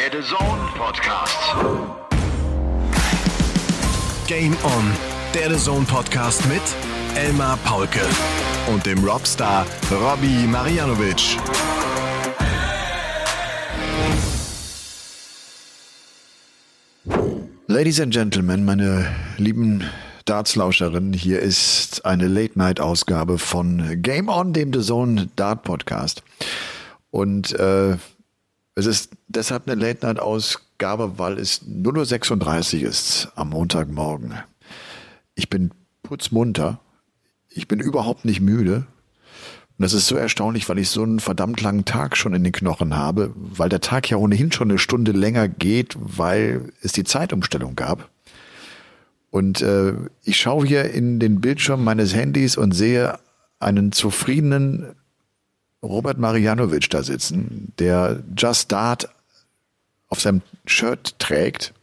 der The Zone Podcast. Game On, der The Zone Podcast mit Elmar Paulke und dem Robstar Robbie Marianovic. Ladies and Gentlemen, meine lieben Darts-Lauscherinnen, hier ist eine Late-Night-Ausgabe von Game On, dem The Zone Dart-Podcast. Und es ist deshalb eine Late-Night-Ausgabe, weil es 0:36 Uhr ist am Montagmorgen. Ich bin putzmunter, ich bin überhaupt nicht müde. Und das ist so erstaunlich, weil ich so einen verdammt langen Tag schon in den Knochen habe, weil der Tag ja ohnehin schon eine Stunde länger geht, weil es die Zeitumstellung gab. Und ich schaue hier in den Bildschirm meines Handys und sehe einen zufriedenen Robert Marianovic da sitzen, der Just Dart auf seinem Shirt trägt,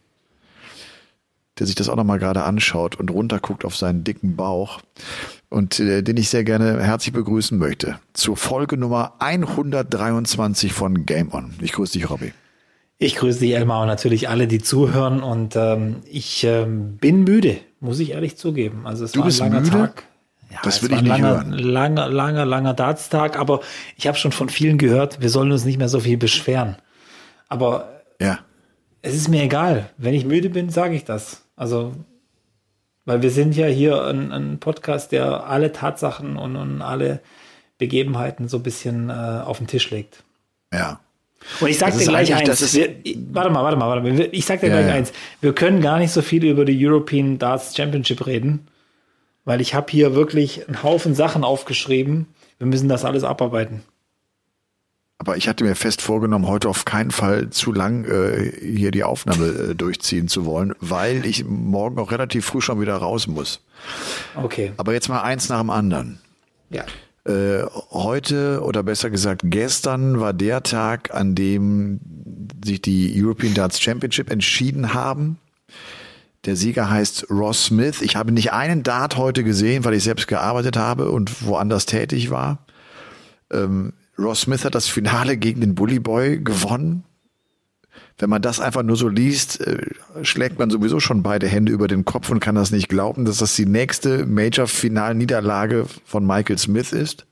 der sich das auch nochmal gerade anschaut und runterguckt auf seinen dicken Bauch und den ich sehr gerne herzlich begrüßen möchte zur Folge Nummer 123 von Game On. Ich grüße dich, Robby. Ich grüße dich, Elmar, und natürlich alle, die zuhören. Und ich bin müde, muss ich ehrlich zugeben. Also es war ein langer Tag. Ja, das will ich nicht hören. Langer Dartstag. Aber ich habe schon von vielen gehört, wir sollen uns nicht mehr so viel beschweren. Aber ja, es ist mir egal. Wenn ich müde bin, sage ich das. Also, weil wir sind ja hier ein Podcast, der alle Tatsachen und alle Begebenheiten so ein bisschen auf den Tisch legt. Ja. Und ich sag dir gleich eins. Warte mal. Ich sag dir gleich eins. Wir können gar nicht so viel über die European Darts Championship reden, weil ich habe hier wirklich einen Haufen Sachen aufgeschrieben. Wir müssen das alles abarbeiten. Aber ich hatte mir fest vorgenommen, heute auf keinen Fall zu lang hier die Aufnahme durchziehen zu wollen, weil ich morgen auch relativ früh schon wieder raus muss. Okay. Aber jetzt mal eins nach dem anderen. Ja. Heute oder besser gesagt gestern war der Tag, an dem sich die European Darts Championship entschieden haben. Der Sieger heißt Ross Smith. Ich habe nicht einen Dart heute gesehen, weil ich selbst gearbeitet habe und woanders tätig war. Ross Smith hat das Finale gegen den Bully Boy gewonnen. Wenn man das einfach nur so liest, schlägt man sowieso schon beide Hände über den Kopf und kann das nicht glauben, dass das die nächste Major-Final-Niederlage von Michael Smith ist.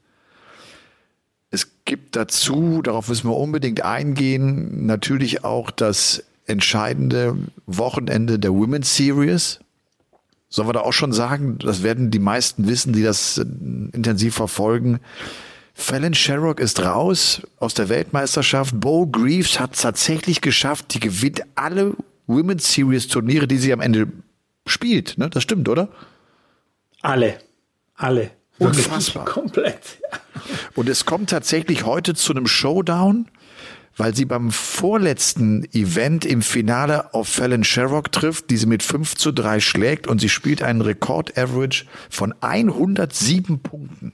Es gibt dazu, darauf müssen wir unbedingt eingehen, natürlich auch das entscheidende Wochenende der Women's Series. Sollen wir da auch schon sagen, das werden die meisten wissen, die das intensiv verfolgen. Fallon Sherrock ist raus aus der Weltmeisterschaft. Bo Greaves hat es tatsächlich geschafft. Die gewinnt alle Women's Series Turniere, die sie am Ende spielt. Ne? Das stimmt, oder? Alle. Unfassbar. Komplett. Und es kommt tatsächlich heute zu einem Showdown, weil sie beim vorletzten Event im Finale auf Fallon Sherrock trifft, die sie mit 5:3 schlägt und sie spielt einen Rekord-Average von 107 Punkten.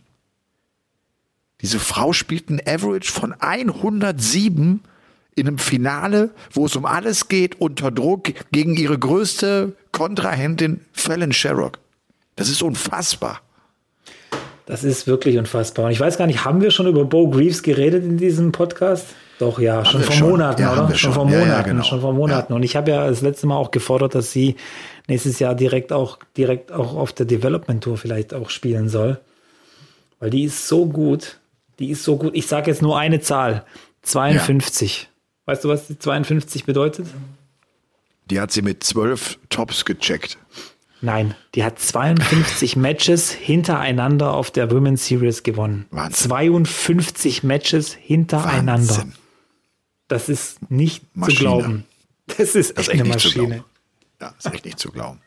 Diese Frau spielt einen Average von 107 in einem Finale, wo es um alles geht, unter Druck gegen ihre größte Kontrahentin Fallon Sherrock. Das ist unfassbar. Das ist wirklich unfassbar. Und ich weiß gar nicht, haben wir schon über Bo Greaves geredet in diesem Podcast? Doch, ja, schon vor Monaten, oder? Schon vor Monaten, ja, genau. Schon vor Monaten. Ja. Und ich habe ja das letzte Mal auch gefordert, dass sie nächstes Jahr direkt auch auf der Development Tour vielleicht auch spielen soll. Weil die ist so gut. Ich sage jetzt nur eine Zahl. 52. Ja. Weißt du, was die 52 bedeutet? Die hat sie mit 12 Tops gecheckt. Nein, die hat 52 Matches hintereinander auf der Women's Series gewonnen. Wahnsinn. 52 Matches hintereinander. Wahnsinn. Das ist nicht zu glauben. Das ist echt eine Maschine. Ja, ist echt nicht zu glauben.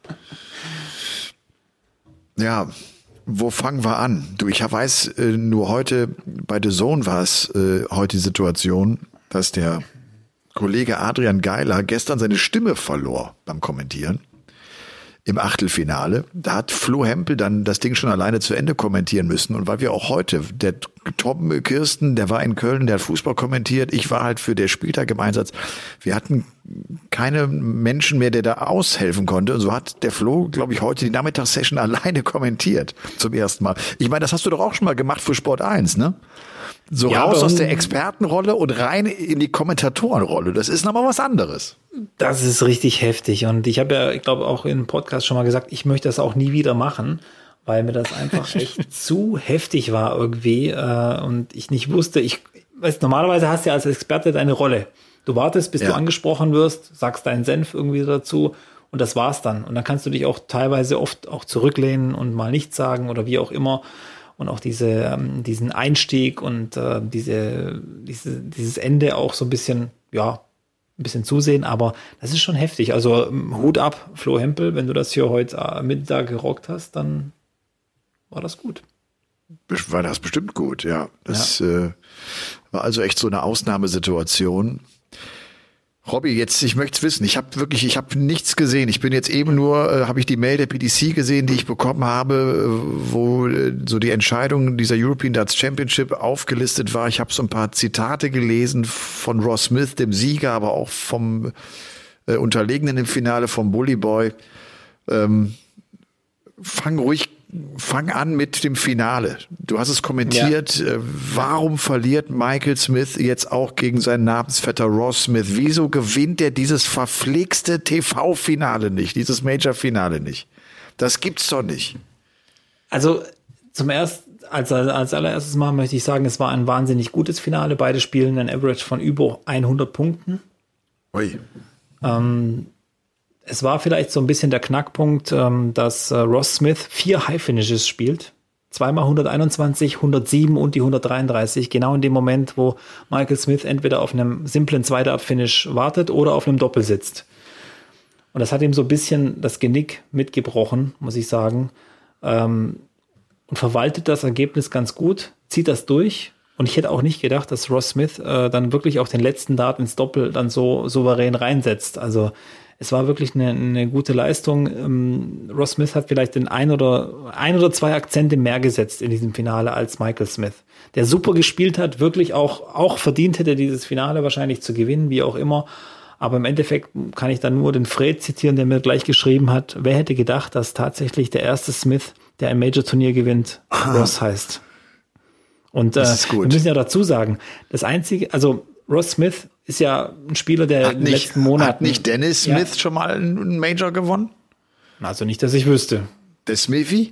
Ja, wo fangen wir an? Du, ich weiß, nur heute bei The Zone war es heute die Situation, dass der Kollege Adrian Geiler gestern seine Stimme verlor beim Kommentieren im Achtelfinale. Da hat Flo Hempel dann das Ding schon alleine zu Ende kommentieren müssen. Und weil wir auch heute, der Tom Kirsten, der war in Köln, der hat Fußball kommentiert, ich war halt für der Spieltag im Einsatz. Wir hatten keine Menschen mehr, der da aushelfen konnte. Und so hat der Flo, glaube ich, heute die Nachmittagssession alleine kommentiert zum ersten Mal. Ich meine, das hast du doch auch schon mal gemacht für Sport 1, ne? So ja, raus aus der Expertenrolle und rein in die Kommentatorenrolle. Das ist nochmal was anderes. Das ist richtig heftig. Und ich habe ja, ich glaube, auch im Podcast schon mal gesagt, ich möchte das auch nie wieder machen, weil mir das einfach echt zu heftig war irgendwie. Und ich nicht wusste, normalerweise hast du ja als Experte deine Rolle. Du wartest, bis du angesprochen wirst, sagst deinen Senf irgendwie dazu und das war's dann. Und dann kannst du dich auch teilweise oft auch zurücklehnen und mal nichts sagen oder wie auch immer. Und auch diesen Einstieg und dieses Ende auch so ein bisschen zusehen. Aber das ist schon heftig. Also Hut ab, Flo Hempel, wenn du das hier heute Mittag gerockt hast, dann war das gut. War das bestimmt gut, ja. Das war also echt so eine Ausnahmesituation. Robby, jetzt, ich möchte es wissen. Ich habe nichts gesehen. Ich bin jetzt eben nur, habe ich die Mail der PDC gesehen, die ich bekommen habe, wo so die Entscheidung dieser European Darts Championship aufgelistet war. Ich habe so ein paar Zitate gelesen von Ross Smith, dem Sieger, aber auch vom Unterlegenen im Finale, vom Bully Boy. Fang an mit dem Finale. Du hast es kommentiert. Ja. Warum verliert Michael Smith jetzt auch gegen seinen Namensvetter Ross Smith? Wieso gewinnt er dieses verflixte TV-Finale nicht, dieses Major-Finale nicht? Das gibt's doch nicht. Also als allererstes Mal möchte ich sagen, es war ein wahnsinnig gutes Finale. Beide spielen ein Average von über 100 Punkten. Ui. Es war vielleicht so ein bisschen der Knackpunkt, dass Ross Smith 4 High-Finishes spielt. Zweimal 121, 107 und die 133. Genau in dem Moment, wo Michael Smith entweder auf einem simplen Zweiter-Finish wartet oder auf einem Doppel sitzt. Und das hat ihm so ein bisschen das Genick mitgebrochen, muss ich sagen. Und verwaltet das Ergebnis ganz gut, zieht das durch. Und ich hätte auch nicht gedacht, dass Ross Smith dann wirklich auch den letzten Dart ins Doppel dann so souverän reinsetzt. Also es war wirklich eine gute Leistung. Ross Smith hat vielleicht den ein oder zwei Akzente mehr gesetzt in diesem Finale als Michael Smith, der super gespielt hat, wirklich auch verdient hätte, dieses Finale wahrscheinlich zu gewinnen, wie auch immer. Aber im Endeffekt kann ich dann nur den Fred zitieren, der mir gleich geschrieben hat, wer hätte gedacht, dass tatsächlich der erste Smith, der ein Major-Turnier gewinnt, Ross heißt. Und wir müssen ja dazu sagen, das Einzige, also Ross Smith ist ja ein Spieler, der in den letzten Monaten... Hat nicht Dennis Smith schon mal einen Major gewonnen? Also nicht, dass ich wüsste. Der Smithy?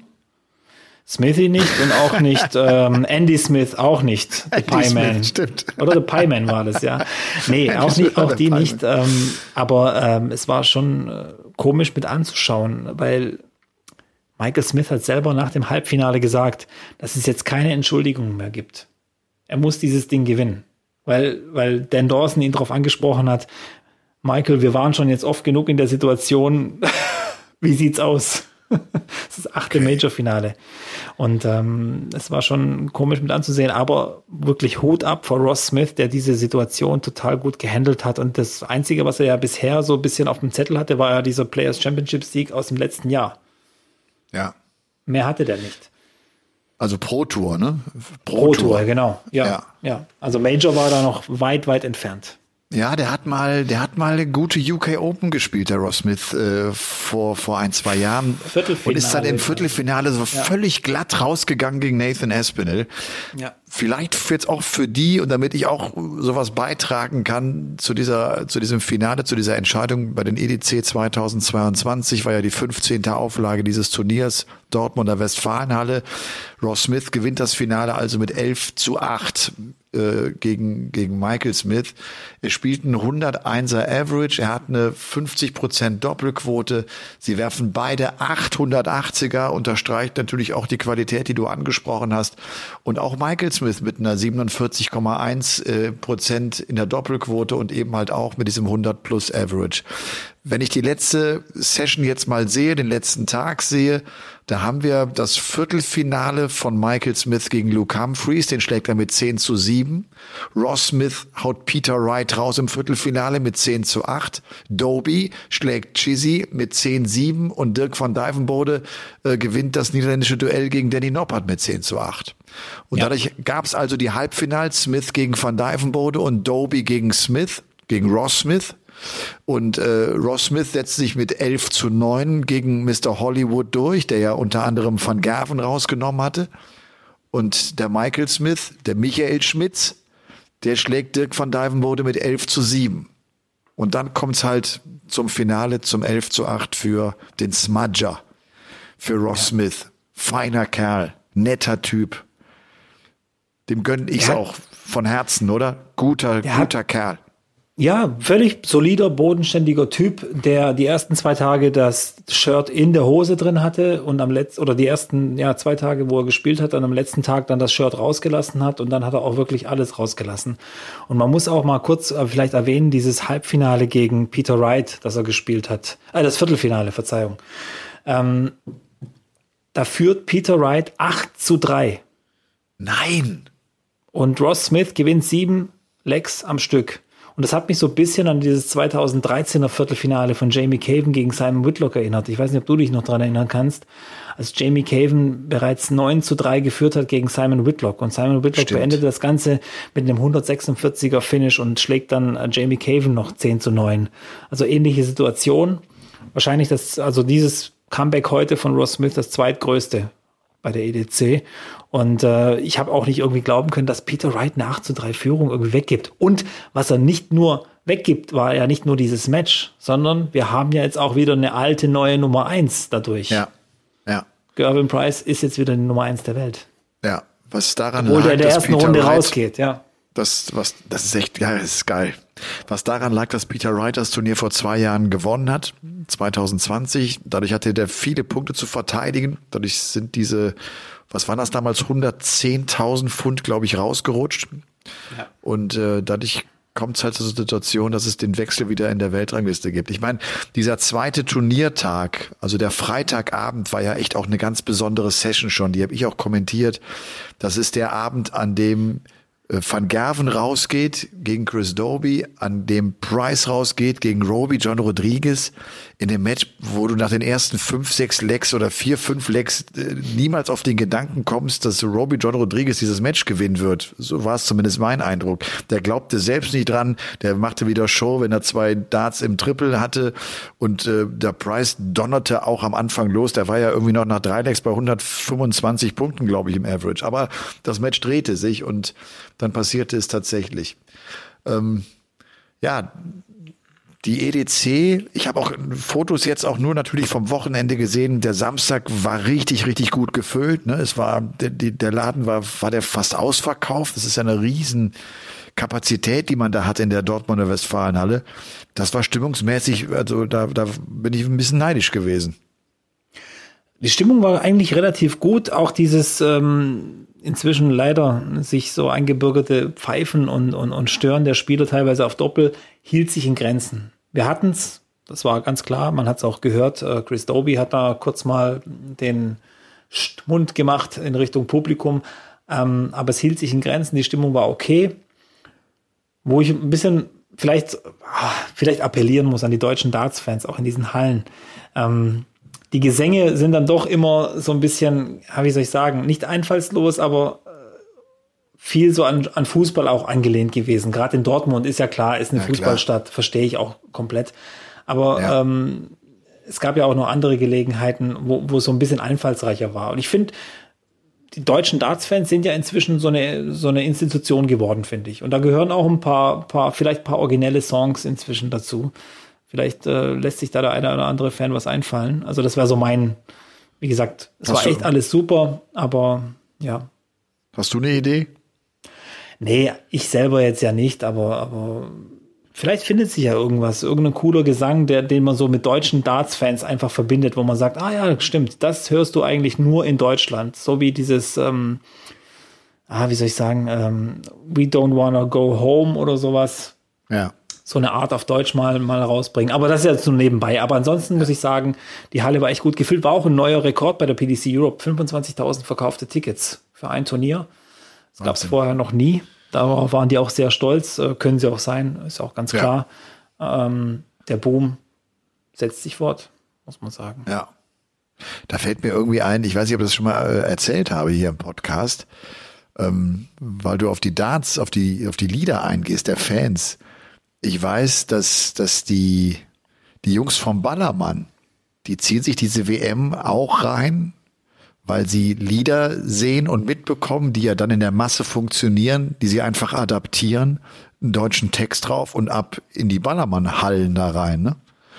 Smithy nicht und auch nicht Andy Smith, auch nicht. The Pie Man. Stimmt. Oder The Pie Man war das, ja. Nee, auch die nicht. Aber es war schon komisch mit anzuschauen, weil Michael Smith hat selber nach dem Halbfinale gesagt, dass es jetzt keine Entschuldigung mehr gibt. Er muss dieses Ding gewinnen. Weil Dan Dawson ihn darauf angesprochen hat, Michael, wir waren schon jetzt oft genug in der Situation, wie sieht's aus? Das ist das 8. Major-Finale. Und es war schon komisch mit anzusehen, aber wirklich Hut ab vor Ross Smith, der diese Situation total gut gehandelt hat. Und das Einzige, was er ja bisher so ein bisschen auf dem Zettel hatte, war ja dieser Players Championship-Sieg aus dem letzten Jahr. Ja. Mehr hatte der nicht. Also Pro Tour, ne? Pro Tour, genau. Ja. Also Major war da noch weit, weit entfernt. Ja, der hat mal eine gute UK Open gespielt, der Ross Smith, vor 1-2 Jahren. Viertelfinale. Und ist dann im Viertelfinale so völlig glatt rausgegangen gegen Nathan Aspinall. Ja. Vielleicht jetzt auch für die, und damit ich auch sowas beitragen kann zu diesem Finale, zu dieser Entscheidung bei den EDC 2022, war ja die 15. Auflage dieses Turniers, Dortmunder Westfalenhalle. Ross Smith gewinnt das Finale also mit 11-8 gegen Michael Smith. Er spielt einen 101er Average, er hat eine 50% Doppelquote. Sie werfen beide 880er, unterstreicht natürlich auch die Qualität, die du angesprochen hast. Und auch Michael Smith mit einer 47,1% in der Doppelquote und eben halt auch mit diesem 100 plus Average. Wenn ich die letzte Session jetzt mal sehe, den letzten Tag sehe, da haben wir das Viertelfinale von Michael Smith gegen Luke Humphreys, den schlägt er mit 10-7. Ross Smith haut Peter Wright raus im Viertelfinale mit 10-8. Doby schlägt Chizzy mit 10-7 und Dirk van Dijvenbode gewinnt das niederländische Duell gegen Danny Noppert mit 10-8. Und dadurch gab es also die Halbfinals, Smith gegen van Dijvenbode und Doby gegen Ross Smith. Und Ross Smith setzt sich mit 11-9 gegen Mr. Hollywood durch, der ja unter anderem Van Gerven rausgenommen hatte. Und der Michael Smith, der Michael Schmitz, der schlägt Dirk van Dijvenbode mit 11-7. Und dann kommt's halt zum Finale, zum 11-8 für den Smudger, für Ross Smith. Feiner Kerl, netter Typ. Dem gönn ich's auch von Herzen, oder? Guter Kerl. Ja, völlig solider, bodenständiger Typ, der die ersten 2 Tage das Shirt in der Hose drin hatte und die ersten 2 Tage, wo er gespielt hat, dann am letzten Tag dann das Shirt rausgelassen hat und dann hat er auch wirklich alles rausgelassen. Und man muss auch mal kurz vielleicht erwähnen, dieses Halbfinale gegen Peter Wright, das er gespielt hat. Das Viertelfinale, Verzeihung. Da führt Peter Wright 8-3. Nein! Und Ross Smith gewinnt 7 Legs am Stück. Und das hat mich so ein bisschen an dieses 2013er Viertelfinale von Jamie Caven gegen Simon Whitlock erinnert. Ich weiß nicht, ob du dich noch dran erinnern kannst, als Jamie Caven bereits 9-3 geführt hat gegen Simon Whitlock. Und Simon Whitlock beendete das Ganze mit einem 146er Finish und schlägt dann Jamie Caven noch 10-9. Also ähnliche Situation. Wahrscheinlich dieses Comeback heute von Ross Smith das zweitgrößte bei der EDC. Und ich habe auch nicht irgendwie glauben können, dass Peter Wright eine 8-3 Führung irgendwie weggibt. Und was er nicht nur weggibt, war ja nicht nur dieses Match, sondern wir haben ja jetzt auch wieder eine alte, neue Nummer 1 dadurch. Ja. Gervin Price ist jetzt wieder die Nummer 1 der Welt. Ja, was daran lag, der in der ersten Runde rausgeht, ja. Das ist echt geil, das ist geil. Was daran lag, dass Peter Wright das Turnier vor 2 Jahren gewonnen hat, 2020. Dadurch hatte der viele Punkte zu verteidigen. Dadurch sind diese, was waren das damals, 110.000 Pfund, glaube ich, rausgerutscht. Ja. Und dadurch kommt es halt zur Situation, dass es den Wechsel wieder in der Weltrangliste gibt. Ich meine, dieser zweite Turniertag, also der Freitagabend, war ja echt auch eine ganz besondere Session schon. Die habe ich auch kommentiert. Das ist der Abend, an dem Van Gerven rausgeht gegen Chris Dobie, an dem Price rausgeht gegen Roby John Rodriguez, in dem Match, wo du nach den ersten 5, 6 Legs oder 4, 5 Legs niemals auf den Gedanken kommst, dass Roby John Rodriguez dieses Match gewinnen wird. So war es zumindest mein Eindruck. Der glaubte selbst nicht dran, der machte wieder Show, wenn er 2 Darts im Triple hatte und der Price donnerte auch am Anfang los. Der war ja irgendwie noch nach 3 Legs bei 125 Punkten, glaube ich, im Average. Aber das Match drehte sich und dann passierte es tatsächlich. Die EDC, ich habe auch Fotos jetzt auch nur natürlich vom Wochenende gesehen. Der Samstag war richtig, richtig gut gefüllt. Ne? Es war, der Laden war der fast ausverkauft. Das ist ja eine riesen Kapazität, die man da hat in der Dortmunder Westfalenhalle. Das war stimmungsmäßig, also da bin ich ein bisschen neidisch gewesen. Die Stimmung war eigentlich relativ gut. Auch dieses inzwischen leider sich so eingebürgerte Pfeifen und Stören der Spieler teilweise auf Doppel hielt sich in Grenzen. Wir hatten's, das war ganz klar, man hat es auch gehört, Chris Dobie hat da kurz mal den Mund gemacht in Richtung Publikum, aber es hielt sich in Grenzen, die Stimmung war okay. Wo ich ein bisschen vielleicht appellieren muss an die deutschen Darts-Fans, auch in diesen Hallen. Die Gesänge sind dann doch immer so ein bisschen, wie soll ich sagen, nicht einfallslos, aber viel so an Fußball auch angelehnt gewesen. Gerade in Dortmund ist ja klar, ist eine Fußballstadt, verstehe ich auch komplett. Aber es gab ja auch noch andere Gelegenheiten, wo es so ein bisschen einfallsreicher war. Und ich finde, die deutschen Darts-Fans sind ja inzwischen so eine Institution geworden, finde ich. Und da gehören auch ein paar originelle Songs inzwischen dazu. Vielleicht lässt sich da der eine oder andere Fan was einfallen. Also das wäre so wie gesagt, es war echt alles super, aber ja. Hast du eine Idee? Nee, ich selber jetzt ja nicht, aber vielleicht findet sich ja irgendein cooler Gesang, den man so mit deutschen Darts-Fans einfach verbindet, wo man sagt, ja, stimmt, das hörst du eigentlich nur in Deutschland. So wie dieses, wie soll ich sagen, We Don't Wanna Go Home oder sowas. Ja. So eine Art auf Deutsch mal rausbringen. Aber das ist ja so nebenbei. Aber ansonsten muss ich sagen, die Halle war echt gut gefüllt. War auch ein neuer Rekord bei der PDC Europe. 25.000 verkaufte Tickets für ein Turnier. Das gab es vorher noch nie. Darauf waren die auch sehr stolz. Können sie auch sein, ist auch ganz klar. Der Boom setzt sich fort, muss man sagen. Ja. Da fällt mir irgendwie ein, ich weiß nicht, ob ich das schon mal erzählt habe hier im Podcast, weil du auf die Darts, auf die Lieder eingehst, der Fans. ich weiß, dass die Jungs vom Ballermann, die ziehen sich diese WM auch rein, weil sie Lieder sehen und mitbekommen, die ja dann in der Masse funktionieren, die sie einfach adaptieren, einen deutschen Text drauf und ab in die Ballermann-Hallen da rein, ne?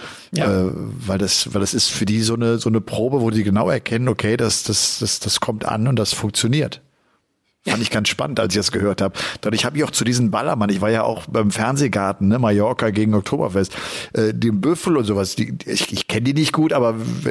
Ja. Weil das ist für die so eine Probe, wo die genau erkennen, okay, das kommt an und das funktioniert. Fand ich ganz spannend, als ich das gehört habe. Dadurch habe ich auch zu diesen Ballermann, ich war ja auch beim Fernsehgarten, ne, Mallorca gegen Oktoberfest, den Büffel und sowas, ich kenne die nicht gut, aber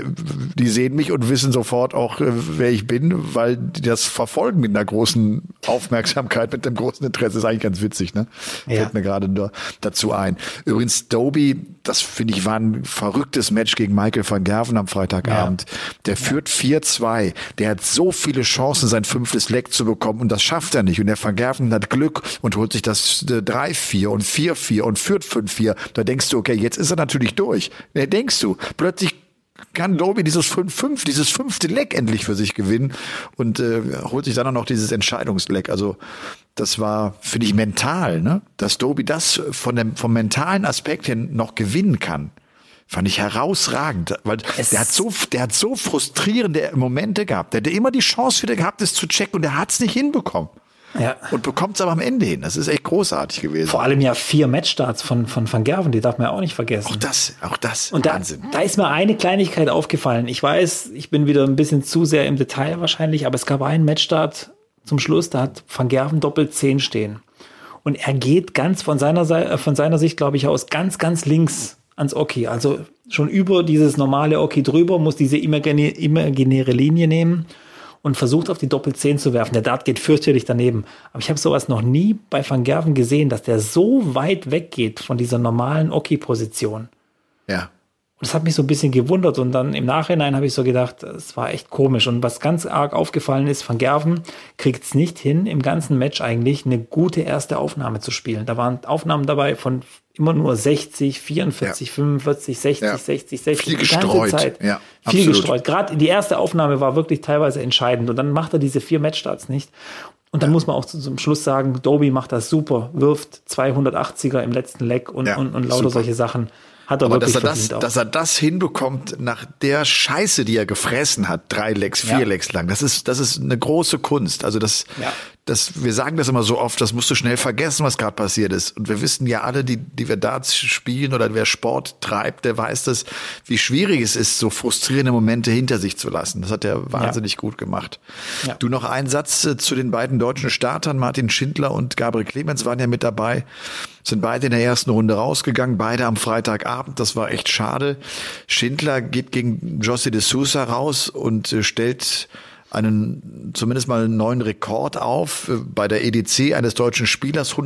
die sehen mich und wissen sofort auch, wer ich bin, weil die das verfolgen mit einer großen Aufmerksamkeit, mit einem großen Interesse. Ist eigentlich ganz witzig, ne? Ja. Fällt mir gerade nur dazu ein. Übrigens, Doby, das finde ich war ein verrücktes Match gegen Michael van Gerwen am Freitagabend. Ja. Der führt 4-2. Der hat so viele Chancen, sein 5. Leck zu bekommen. Und das schafft er nicht. Und der Van Gerwen hat Glück und holt sich das 3-4 und 4-4 und führt 5-4. Da denkst du, okay, jetzt ist er natürlich durch. Da denkst du, plötzlich kann Doby dieses 5-5, dieses 5. Leck endlich für sich gewinnen und holt sich dann auch noch dieses Entscheidungsleck. Also das war, finde ich, mental, ne? Dass Doby das vom mentalen Aspekt her noch gewinnen kann. Fand ich herausragend, weil der hat so frustrierende Momente gehabt. Der hätte immer die Chance wieder gehabt, es zu checken, und der hat es nicht hinbekommen. Ja. Und bekommt es aber am Ende hin. Das ist echt großartig gewesen. Vor allem ja 4 Matchstarts von Van Gerwen, die darf man ja auch nicht vergessen. Auch das. Und Wahnsinn. Da ist mir eine Kleinigkeit aufgefallen. Ich weiß, ich bin wieder ein bisschen zu sehr im Detail wahrscheinlich, aber es gab einen Matchstart zum Schluss, da hat Van Gerwen doppelt 10 stehen. Und er geht ganz von seiner Sicht, glaube ich, aus ganz, ganz links ans Oki, also schon über dieses normale Oki drüber, muss diese imaginäre Linie nehmen und versucht auf die Doppel-10 zu werfen. Der Dart geht fürchterlich daneben. Aber ich habe sowas noch nie bei Van Gerwen gesehen, dass der so weit weggeht von dieser normalen Oki-Position. Ja. Und das hat mich so ein bisschen gewundert, und dann im Nachhinein habe ich so gedacht, es war echt komisch. Und was ganz arg aufgefallen ist, Van Gerwen kriegt es nicht hin, im ganzen Match eigentlich eine gute erste Aufnahme zu spielen. Da waren Aufnahmen dabei von immer nur 60, 44, 45, 60, 60, 60. Viel gestreut. Zeit. Ja, viel gestreut. Gerade die erste Aufnahme war wirklich teilweise entscheidend. Und dann macht er diese 4 Matchstarts nicht. Und dann muss man auch zum Schluss sagen, Doby macht das super, wirft 280er im letzten Leck und lauter super. Solche Sachen. Hat er aber wirklich dass er das hinbekommt nach der Scheiße, die er gefressen hat, 3 Lecks, 4 Lecks lang, das ist eine große Kunst. Also wir sagen das immer so oft, das musst du schnell vergessen, was gerade passiert ist. Und wir wissen ja alle, die wir Darts spielen oder wer Sport treibt, der weiß das, wie schwierig es ist, so frustrierende Momente hinter sich zu lassen. Das hat er wahnsinnig gut gemacht. Ja. Du, noch einen Satz zu den beiden deutschen Startern, Martin Schindler und Gabriel Clemens waren ja mit dabei. Sind beide in der ersten Runde rausgegangen, beide am Freitagabend, das war echt schade. Schindler geht gegen José de Sousa raus und stellt zumindest mal einen neuen Rekord auf. Bei der EDC eines deutschen Spielers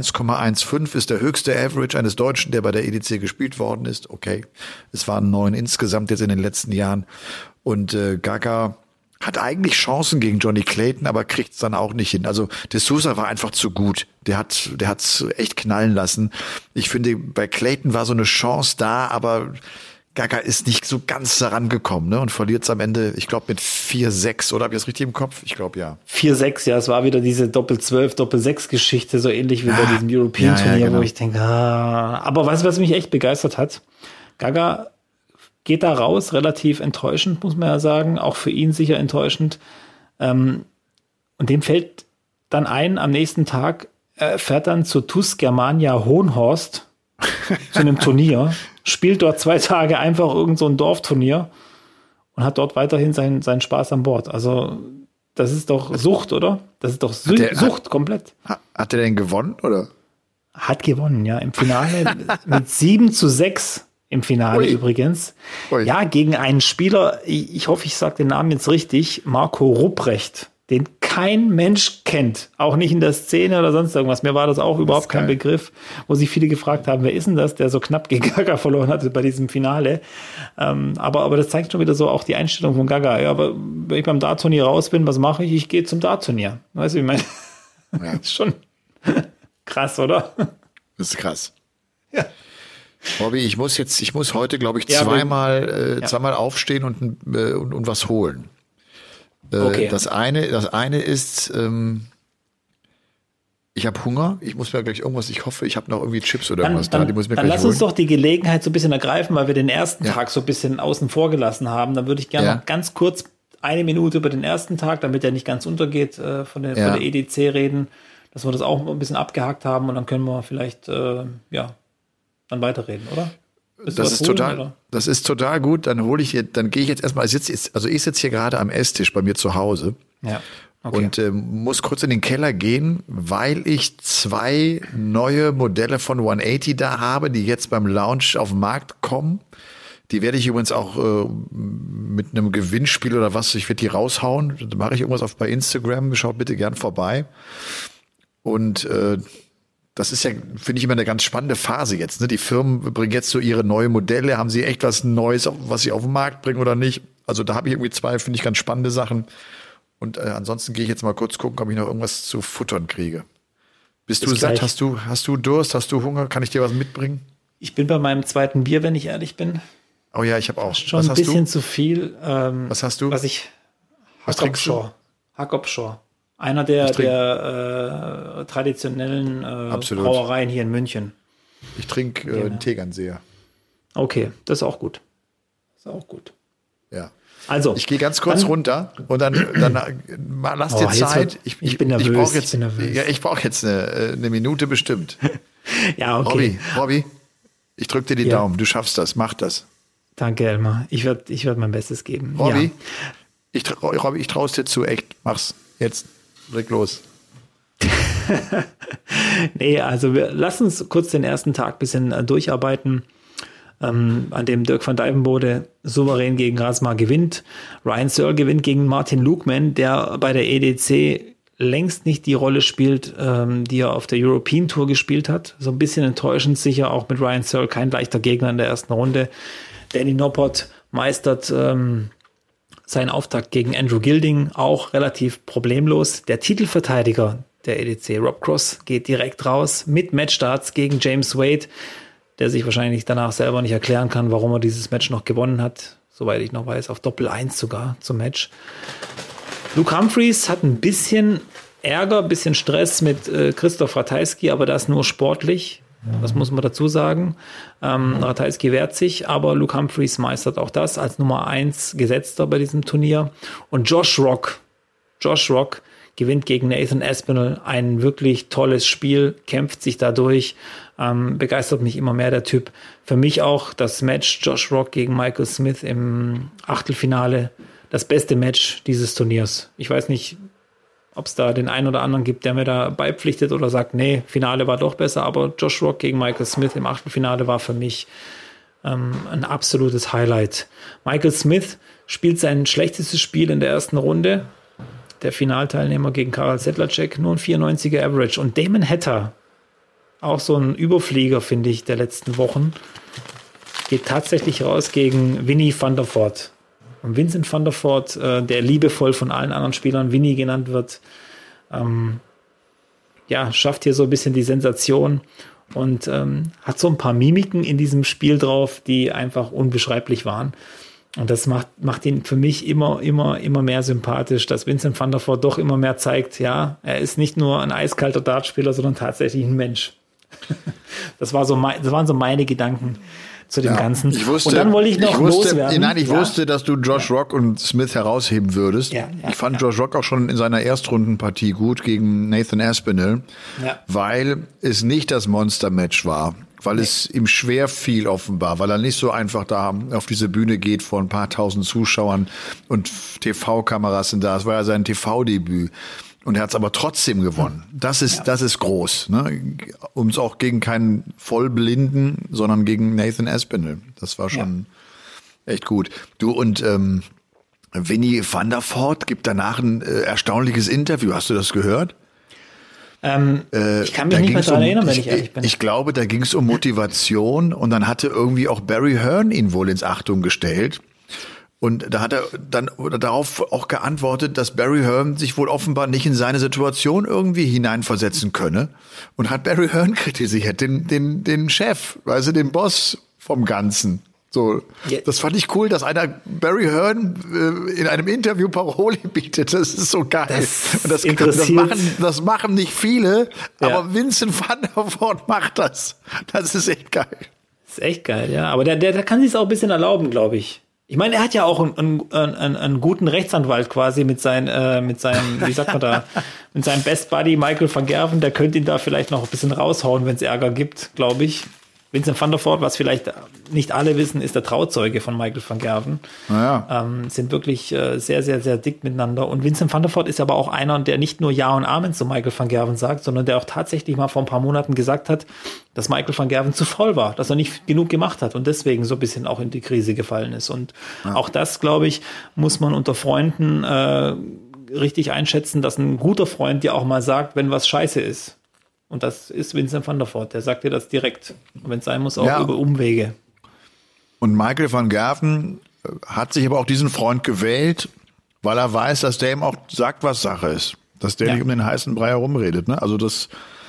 101,15 ist der höchste Average eines Deutschen, der bei der EDC gespielt worden ist. Okay, es waren 9 insgesamt jetzt in den letzten Jahren. Und Gaga hat eigentlich Chancen gegen Johnny Clayton, aber kriegt es dann auch nicht hin. Also de Sousa war einfach zu gut. Der hat's echt knallen lassen. Ich finde, bei Clayton war so eine Chance da, aber Gaga ist nicht so ganz daran gekommen, ne? Und verliert es am Ende, ich glaube, mit 4-6, oder? Habe ich das richtig im Kopf? Ich glaube, ja. 4-6, ja. Es war wieder diese Doppel-12, Doppel-6-Geschichte, so ähnlich wie bei diesem European-Turnier, genau. Wo ich denke, aber weißt du, was mich echt begeistert hat? Gaga geht da raus, relativ enttäuschend, muss man ja sagen. Auch für ihn sicher enttäuschend. Und dem fällt dann ein, am nächsten Tag fährt dann zu TuS Germania Hohenhorst zu einem Turnier, spielt dort 2 Tage einfach irgend so ein Dorfturnier und hat dort weiterhin seinen Spaß an Bord. Also das ist doch Sucht, oder? Das ist doch Sucht komplett. Hat er denn gewonnen, oder? Hat gewonnen, ja. Im Finale mit 7-6 im Finale übrigens. Ui. Ja, gegen einen Spieler, ich hoffe, ich sage den Namen jetzt richtig, Marco Rupprecht, den kein Mensch kennt, auch nicht in der Szene oder sonst irgendwas. Mir war das auch überhaupt kein Begriff, wo sich viele gefragt haben, wer ist denn das, der so knapp gegen Gaga verloren hatte bei diesem Finale. Aber das zeigt schon wieder so auch die Einstellung von Gaga. Ja, aber wenn ich beim Dart-Turnier raus bin, was mache ich? Ich gehe zum Dart-Turnier. Weißt du, wie ich meine? Ja. Das ist schon krass, oder? Das ist krass. Ja. Bobby, ich muss heute, glaube ich, zweimal aufstehen und was holen. Okay. Das eine ist, Ich habe Hunger, ich muss mir gleich irgendwas, ich hoffe, ich habe noch irgendwie Chips oder irgendwas da, die muss ich mir dann gleich lass holen. uns doch die Gelegenheit so ein bisschen ergreifen, weil wir den ersten Tag so ein bisschen außen vor gelassen haben. Dann würde ich gerne noch ganz kurz 1 Minute über den ersten Tag, damit der nicht ganz untergeht, von der EDC reden, dass wir das auch ein bisschen abgehakt haben und dann können wir vielleicht dann weiterreden, oder? Das ist total gut. Dann gehe ich jetzt erstmal, ich sitze hier gerade am Esstisch bei mir zu Hause. Ja. Okay. Und muss kurz in den Keller gehen, weil ich 2 neue Modelle von 180 da habe, die jetzt beim Launch auf den Markt kommen. Die werde ich übrigens auch mit einem Gewinnspiel oder was, ich werde die raushauen. Da mache ich irgendwas bei Instagram, schaut bitte gern vorbei. Und das ist ja, finde ich, immer eine ganz spannende Phase jetzt. Ne? Die Firmen bringen jetzt so ihre neuen Modelle. Haben sie echt was Neues, was sie auf den Markt bringen oder nicht? Also da habe ich irgendwie 2, finde ich, ganz spannende Sachen. Und ansonsten gehe ich jetzt mal kurz gucken, ob ich noch irgendwas zu futtern kriege. Bist du satt? Hast du Durst? Hast du Hunger? Kann ich dir was mitbringen? Ich bin bei meinem 2. Bier, wenn ich ehrlich bin. Oh ja, ich habe auch. Schon was ein bisschen zu viel. Was hast du? Hackopschor. Einer der traditionellen Brauereien hier in München. Ich trinke einen Tegernseher. Okay, das ist auch gut. Ja. Also, ich gehe ganz kurz runter und dann lass dir Zeit. Ich bin nervös. Ich brauche jetzt eine Minute bestimmt. Ja, okay. Robby, ich drücke dir die Daumen. Du schaffst das. Mach das. Danke, Elmar. Ich werd mein Bestes geben. Robby, ich traue es dir zu. Echt. Mach's. Jetzt. Leg los. Nee, also lass uns kurz den ersten Tag ein bisschen durcharbeiten. An dem Dirk van Dijvenbode souverän gegen Razma gewinnt. Ryan Searle gewinnt gegen Martin Lukman, der bei der EDC längst nicht die Rolle spielt, die er auf der European Tour gespielt hat. So ein bisschen enttäuschend sicher, auch mit Ryan Searle kein leichter Gegner in der ersten Runde. Danny Noppert meistert seinen Auftakt gegen Andrew Gilding auch relativ problemlos. Der Titelverteidiger der EDC, Rob Cross, geht direkt raus mit Matchstarts gegen James Wade, der sich wahrscheinlich danach selber nicht erklären kann, warum er dieses Match noch gewonnen hat. Soweit ich noch weiß, auf Doppel 1 sogar zum Match. Luke Humphreys hat ein bisschen Ärger, ein bisschen Stress mit Christoph Ratajski, aber das nur sportlich. Das muss man dazu sagen. Ratajski wehrt sich, aber Luke Humphreys meistert auch das als Nummer 1 Gesetzter bei diesem Turnier. Und Josh Rock gewinnt gegen Nathan Aspinall ein wirklich tolles Spiel, kämpft sich dadurch, begeistert mich immer mehr der Typ. Für mich auch das Match Josh Rock gegen Michael Smith im Achtelfinale, das beste Match dieses Turniers. Ich weiß nicht, ob es da den einen oder anderen gibt, der mir da beipflichtet oder sagt, nee, Finale war doch besser, aber Josh Rock gegen Michael Smith im Achtelfinale war für mich ein absolutes Highlight. Michael Smith spielt sein schlechtestes Spiel in der ersten Runde. Der Finalteilnehmer gegen Karel Sedlacek, nur ein 94er Average. Und Damon Hatter, auch so ein Überflieger, finde ich, der letzten Wochen, geht tatsächlich raus gegen Winnie van der Voort. Und Vincent van der Voort, der liebevoll von allen anderen Spielern Winnie genannt wird, schafft hier so ein bisschen die Sensation und hat so ein paar Mimiken in diesem Spiel drauf, die einfach unbeschreiblich waren. Und das macht ihn für mich immer mehr sympathisch, dass Vincent van der Voort doch immer mehr zeigt, ja, er ist nicht nur ein eiskalter Dartspieler, sondern tatsächlich ein Mensch. Das waren so meine Gedanken zu dem Ganzen. Und dann wollte ich noch loswerden. Ich wusste, dass du Josh Rock und Smith herausheben würdest. Ich fand Josh Rock auch schon in seiner Erstrundenpartie gut gegen Nathan Aspinall, weil es nicht das Monster-Match war. Weil es ihm schwer fiel offenbar, weil er nicht so einfach da auf diese Bühne geht vor ein paar tausend Zuschauern und TV-Kameras sind da. Es war ja sein TV-Debüt. Und er hat es aber trotzdem gewonnen. Das ist groß. Ne? Und auch gegen keinen Vollblinden, sondern gegen Nathan Aspinall. Das war schon echt gut. Du und Winnie van der Voort gibt danach ein erstaunliches Interview. Hast du das gehört? Ich kann mich nicht mehr daran erinnern, wenn ich ehrlich bin. Ich glaube, da ging es um Motivation und dann hatte irgendwie auch Barry Hearn ihn wohl ins Achtung gestellt. Und da hat er dann darauf auch geantwortet, dass Barry Hearn sich wohl offenbar nicht in seine Situation irgendwie hineinversetzen könne. Und hat Barry Hearn kritisiert, den Chef, weißt du, den Boss vom Ganzen. So, das fand ich cool, dass einer Barry Hearn in einem Interview Paroli bietet. Das ist so geil. Das machen nicht viele, aber Vincent van der Voort macht das. Das ist echt geil. Das ist echt geil, ja. Aber der kann sich es auch ein bisschen erlauben, glaube ich. Ich meine, er hat ja auch einen guten Rechtsanwalt quasi mit seinem, wie sagt man da, mit seinem Best Buddy Michael van Gerwen. Der könnte ihn da vielleicht noch ein bisschen raushauen, wenn es Ärger gibt, glaube ich. Vincent van der Voort, was vielleicht nicht alle wissen, ist der Trauzeuge von Michael van Gerwen. Sind wirklich sehr, sehr, sehr dick miteinander. Und Vincent van der Voort ist aber auch einer, der nicht nur Ja und Amen zu Michael van Gerwen sagt, sondern der auch tatsächlich mal vor ein paar Monaten gesagt hat, dass Michael van Gerwen zu faul war, dass er nicht genug gemacht hat und deswegen so ein bisschen auch in die Krise gefallen ist. Und auch das, glaube ich, muss man unter Freunden richtig einschätzen, dass ein guter Freund dir auch mal sagt, wenn was scheiße ist. Und das ist Vincent van der Voort. Der sagt dir das direkt. Wenn es sein muss, auch über Umwege. Und Michael van Gerwen hat sich aber auch diesen Freund gewählt, weil er weiß, dass der ihm auch sagt, was Sache ist. Dass der nicht um den heißen Brei herumredet. Ne? Also das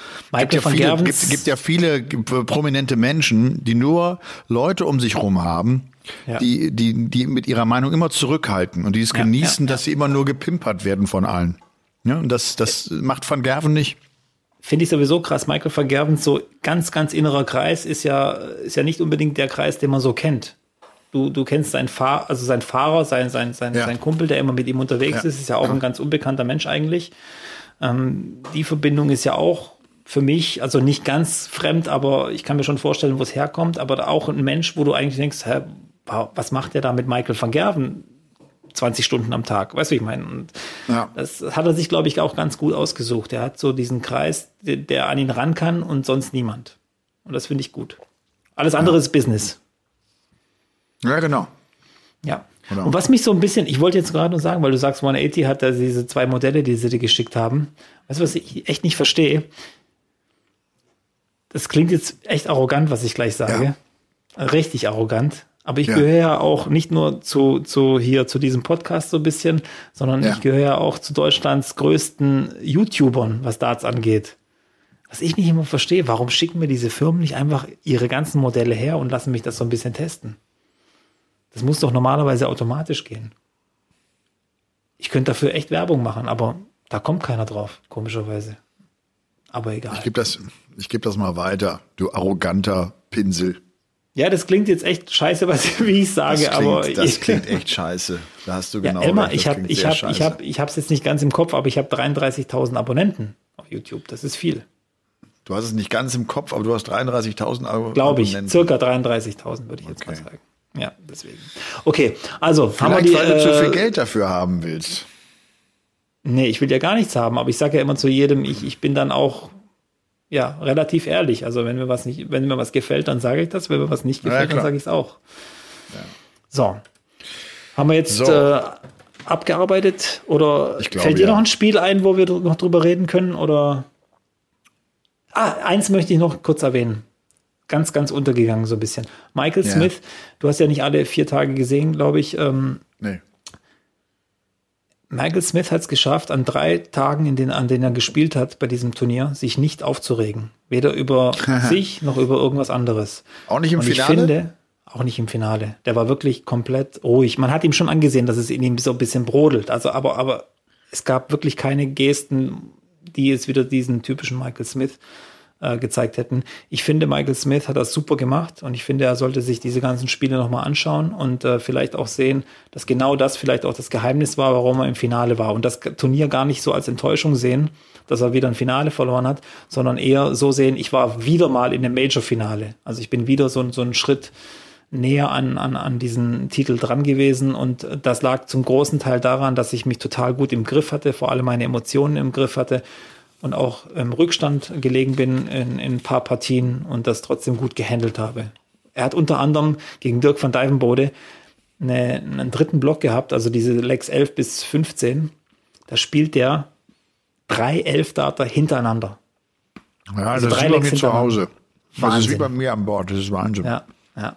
gibt ja viele prominente Menschen, die nur Leute um sich rum haben, die mit ihrer Meinung immer zurückhalten und die es genießen, dass sie immer nur gepimpert werden von allen. Ja, und das macht Van Gerwen nicht. Finde ich sowieso krass. Michael van Gerwen, so ganz, ganz innerer Kreis, ist ja nicht unbedingt der Kreis, den man so kennt. Du kennst seinen Fahrer, sein Kumpel, der immer mit ihm unterwegs ist ja auch ein ganz unbekannter Mensch eigentlich. Die Verbindung ist ja auch für mich, also nicht ganz fremd, aber ich kann mir schon vorstellen, wo es herkommt, aber auch ein Mensch, wo du eigentlich denkst, was macht der da mit Michael van Gerwen 20 Stunden am Tag? Weißt du, wie ich meine? Und das hat er sich, glaube ich, auch ganz gut ausgesucht. Er hat so diesen Kreis, der an ihn ran kann und sonst niemand. Und das finde ich gut. Alles andere ist Business. Ja, genau. Ja. Genau. Und was mich so ein bisschen, ich wollte jetzt gerade nur sagen, weil du sagst, 180 hat da diese 2 Modelle, die sie dir geschickt haben. Weißt du, was ich echt nicht verstehe? Das klingt jetzt echt arrogant, was ich gleich sage. Richtig arrogant. Aber ich gehöre ja auch nicht nur zu diesem Podcast so ein bisschen, sondern ich gehöre ja auch zu Deutschlands größten YouTubern, was Darts angeht. Was ich nicht immer verstehe, warum schicken mir diese Firmen nicht einfach ihre ganzen Modelle her und lassen mich das so ein bisschen testen? Das muss doch normalerweise automatisch gehen. Ich könnte dafür echt Werbung machen, aber da kommt keiner drauf, komischerweise. Aber egal. Ich geb das mal weiter, du arroganter Pinsel. Ja, das klingt jetzt echt scheiße, wie ich sage, das klingt echt scheiße. Da hast du genau Elmar, ich hab's jetzt nicht ganz im Kopf, aber ich habe 33.000 Abonnenten auf YouTube. Das ist viel. Du hast es nicht ganz im Kopf, aber du hast 33.000 Abonnenten. Glaube ich, circa 33.000 würde ich jetzt mal sagen. Ja, deswegen. Okay, also vielleicht, weil du zu viel Geld dafür haben willst. Nee, ich will ja gar nichts haben, aber ich sage ja immer zu jedem, ich bin dann auch relativ ehrlich. Also wenn mir was gefällt, dann sage ich das. Wenn mir was nicht gefällt, dann sage ich es auch. Ja. So. Haben wir jetzt abgearbeitet? Oder fällt dir noch ein Spiel ein, wo wir noch drüber reden können? Oder? Eins möchte ich noch kurz erwähnen. Ganz, ganz untergegangen so ein bisschen. Michael Smith, du hast ja nicht alle 4 Tage gesehen, glaube ich. Nee. Michael Smith hat es geschafft, an 3 Tagen, an denen er gespielt hat bei diesem Turnier, sich nicht aufzuregen. Weder über sich noch über irgendwas anderes. Auch nicht im Finale? Ich finde, auch nicht im Finale. Der war wirklich komplett ruhig. Man hat ihm schon angesehen, dass es in ihm so ein bisschen brodelt. Also, aber es gab wirklich keine Gesten, die jetzt wieder diesen typischen Michael Smith gezeigt hätten. Ich finde, Michael Smith hat das super gemacht und ich finde, er sollte sich diese ganzen Spiele nochmal anschauen und vielleicht auch sehen, dass genau das vielleicht auch das Geheimnis war, warum er im Finale war und das Turnier gar nicht so als Enttäuschung sehen, dass er wieder ein Finale verloren hat, sondern eher so sehen, ich war wieder mal in einem Major-Finale. Also ich bin wieder so einen Schritt näher an diesen Titel dran gewesen und das lag zum großen Teil daran, dass ich mich total gut im Griff hatte, vor allem meine Emotionen im Griff hatte und auch im Rückstand gelegen bin in ein paar Partien und das trotzdem gut gehandelt habe. Er hat unter anderem gegen Dirk van Dijvenbode einen 3. Block gehabt, also diese Legs 11 bis 15. Da spielt der 3 11-Darter hintereinander. Ja, also das ist bei mir zu Hause. Das ist wie bei mir an Bord, das ist Wahnsinn. Ja.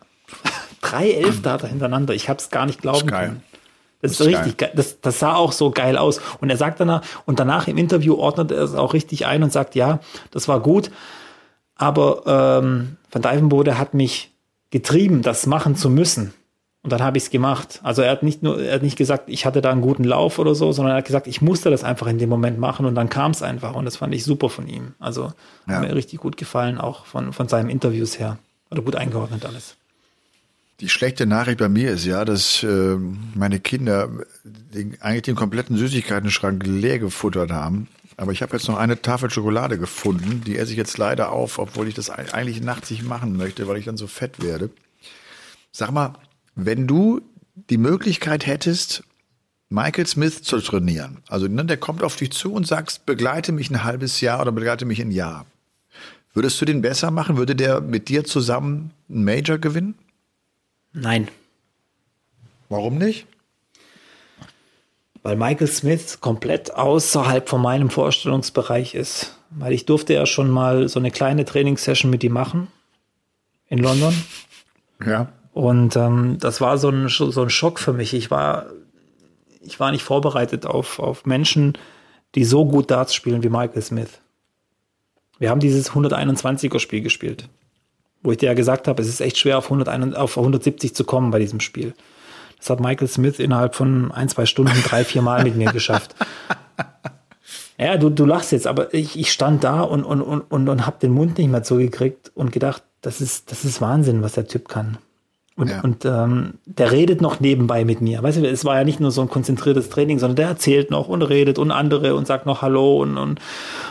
3 11-Darter hintereinander, ich habe es gar nicht glauben können. Das ist richtig geil. Das sah auch so geil aus. Und er sagt danach im Interview ordnet er es auch richtig ein und sagt, ja, das war gut, aber Van Dijvenbode hat mich getrieben, das machen zu müssen. Und dann habe ich es gemacht. Also er hat nicht gesagt, ich hatte da einen guten Lauf oder so, sondern er hat gesagt, ich musste das einfach in dem Moment machen und dann kam es einfach. Und das fand ich super von ihm. Also hat mir richtig gut gefallen, auch von seinen Interviews her. Oder gut eingeordnet alles. Die schlechte Nachricht bei mir ist ja, dass meine Kinder eigentlich den kompletten Süßigkeiten-Schrank leer gefuttert haben. Aber ich habe jetzt noch eine Tafel Schokolade gefunden. Die esse ich jetzt leider auf, obwohl ich das eigentlich nachts nicht machen möchte, weil ich dann so fett werde. Sag mal, wenn du die Möglichkeit hättest, Michael Smith zu trainieren, also der kommt auf dich zu und sagst, begleite mich ein halbes Jahr oder begleite mich ein Jahr. Würdest du den besser machen? Würde der mit dir zusammen einen Major gewinnen? Nein. Warum nicht? Weil Michael Smith komplett außerhalb von meinem Vorstellungsbereich ist. Weil ich durfte ja schon mal so eine kleine Trainingssession mit ihm machen in London. Ja. Und das war so ein Schock für mich. Ich war nicht vorbereitet auf Menschen, die so gut Darts spielen wie Michael Smith. Wir haben dieses 121er-Spiel gespielt, wo ich dir ja gesagt habe, es ist echt schwer, auf 170 zu kommen bei diesem Spiel. Das hat Michael Smith innerhalb von 1-2 Stunden 3-4 Mal mit mir geschafft. Ja, du lachst jetzt, aber ich stand da und habe den Mund nicht mehr zugekriegt und gedacht, das ist Wahnsinn, was der Typ kann. Und der redet noch nebenbei mit mir. Weißt du, es war ja nicht nur so ein konzentriertes Training, sondern der erzählt noch und redet und andere und sagt noch Hallo und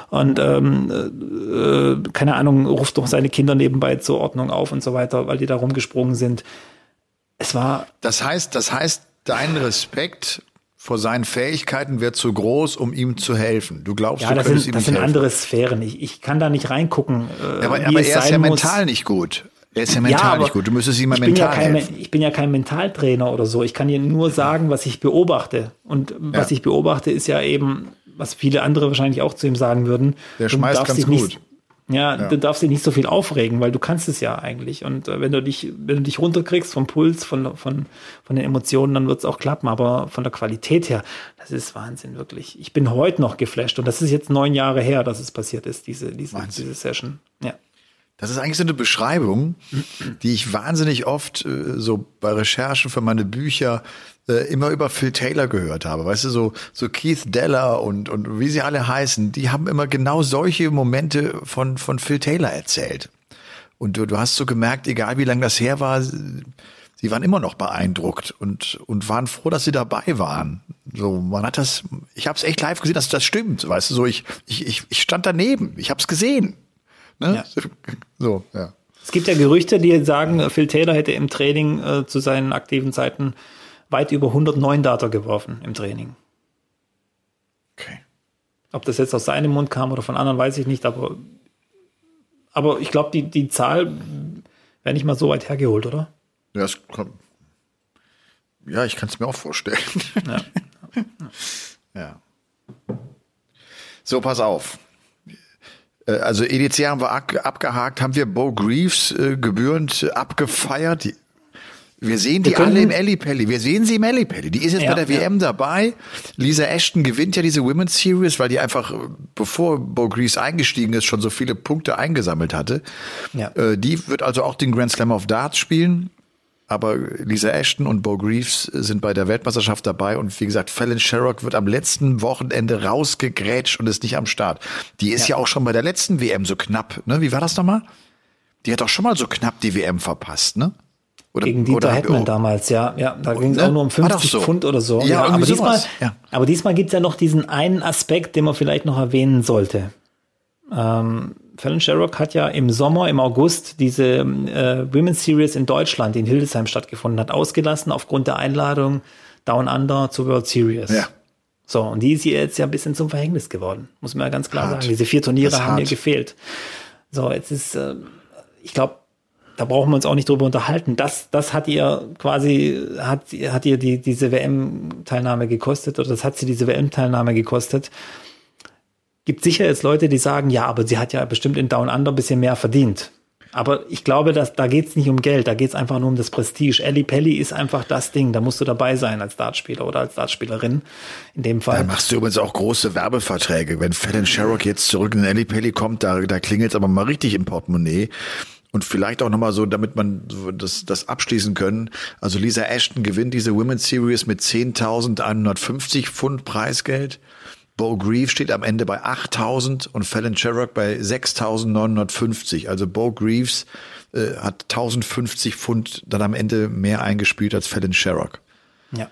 keine Ahnung, ruft doch seine Kinder nebenbei zur Ordnung auf und so weiter, weil die da rumgesprungen sind. Es war. Das heißt, dein Respekt vor seinen Fähigkeiten wird zu groß, um ihm zu helfen. Du glaubst, ja, du könntest ihm nicht helfen. Das sind andere Sphären. Ich kann da nicht reingucken. Aber er ist ja mental nicht gut. Er ist ja mental nicht gut. Du müsstest ihm mal mental helfen. Ich bin ja kein Mentaltrainer oder so. Ich kann dir nur sagen, was ich beobachte. Und was ich beobachte, ist ja eben, was viele andere wahrscheinlich auch zu ihm sagen würden. Der schmeißt ganz gut. Du darfst dich nicht so viel aufregen, weil du kannst es ja eigentlich. Und wenn du dich runterkriegst vom Puls, von den Emotionen, dann wird es auch klappen. Aber von der Qualität her, das ist Wahnsinn, wirklich. Ich bin heute noch geflasht. Und das ist jetzt 9 Jahre her, dass es passiert ist, diese Session. Ja. Das ist eigentlich so eine Beschreibung, die ich wahnsinnig oft so bei Recherchen für meine Bücher immer über Phil Taylor gehört habe. Weißt du, so Keith Deller und wie sie alle heißen, die haben immer genau solche Momente von Phil Taylor erzählt. Und du hast so gemerkt, egal wie lange das her war, sie waren immer noch beeindruckt und waren froh, dass sie dabei waren. So, man hat das, ich habe es echt live gesehen, dass das stimmt. Weißt du, so ich stand daneben, ich habe es gesehen. Ne? Ja. So, ja. Es gibt ja Gerüchte, die sagen, Phil Taylor hätte im Training zu seinen aktiven Zeiten weit über 109 Darter geworfen im Training. Okay. Ob das jetzt aus seinem Mund kam oder von anderen, weiß ich nicht, aber ich glaube, die Zahl wäre nicht mal so weit hergeholt, oder? Ja, ich kann es mir auch vorstellen. Ja. Ja. So, pass auf. Also EDC haben wir abgehakt, haben wir Bo Greaves gebührend abgefeiert. Wir sehen die alle im Ellipelli. Wir sehen sie im Ellipelli. Die ist jetzt bei der WM dabei. Lisa Ashton gewinnt ja diese Women's Series, weil die einfach, bevor Bo Greaves eingestiegen ist, schon so viele Punkte eingesammelt hatte. Ja. Die wird also auch den Grand Slam of Darts spielen. Aber Lisa Ashton und Bo Greaves sind bei der Weltmeisterschaft dabei. Und wie gesagt, Fallon Sherrock wird am letzten Wochenende rausgegrätscht und ist nicht am Start. Die ist ja auch schon bei der letzten WM so knapp. Ne? Wie war das nochmal? Die hat auch schon mal so knapp die WM verpasst, ne? Gegen Dieter Hetman damals, ja. Da ging es auch nur um 50 Pfund oder so. Ja, aber diesmal gibt es ja noch diesen einen Aspekt, den man vielleicht noch erwähnen sollte. Fallon Sherrock hat ja im Sommer, im August, diese Women's Series in Deutschland, die in Hildesheim stattgefunden hat, ausgelassen aufgrund der Einladung Down Under zur World Series. Ja. So, und die ist ihr jetzt ja ein bisschen zum Verhängnis geworden, muss man ja ganz klar sagen. Diese 4 Turniere haben ihr gefehlt. So, jetzt ist, ich glaube, da brauchen wir uns auch nicht drüber unterhalten. Das hat ihr quasi, hat ihr diese WM-Teilnahme gekostet, oder das hat sie diese WM-Teilnahme gekostet. Gibt sicher jetzt Leute, die sagen, ja, aber sie hat ja bestimmt in Down Under ein bisschen mehr verdient. Aber ich glaube, da geht's nicht um Geld, da geht's einfach nur um das Prestige. Ellipelli ist einfach das Ding, da musst du dabei sein als Dartspieler oder als Dartspielerin in dem Fall. Da machst du übrigens auch große Werbeverträge. Wenn Fallon Sherrock jetzt zurück in Ellipelli kommt, da klingelt es aber mal richtig im Portemonnaie. Und vielleicht auch nochmal so, damit man so das abschließen können. Also Lisa Ashton gewinnt diese Women's Series mit 10.150 Pfund Preisgeld. Bo Greaves steht am Ende bei 8.000 und Fallon Sherrock bei 6.950. Also Bo Greaves hat 1.050 Pfund dann am Ende mehr eingespielt als Fallon Sherrock. Ja.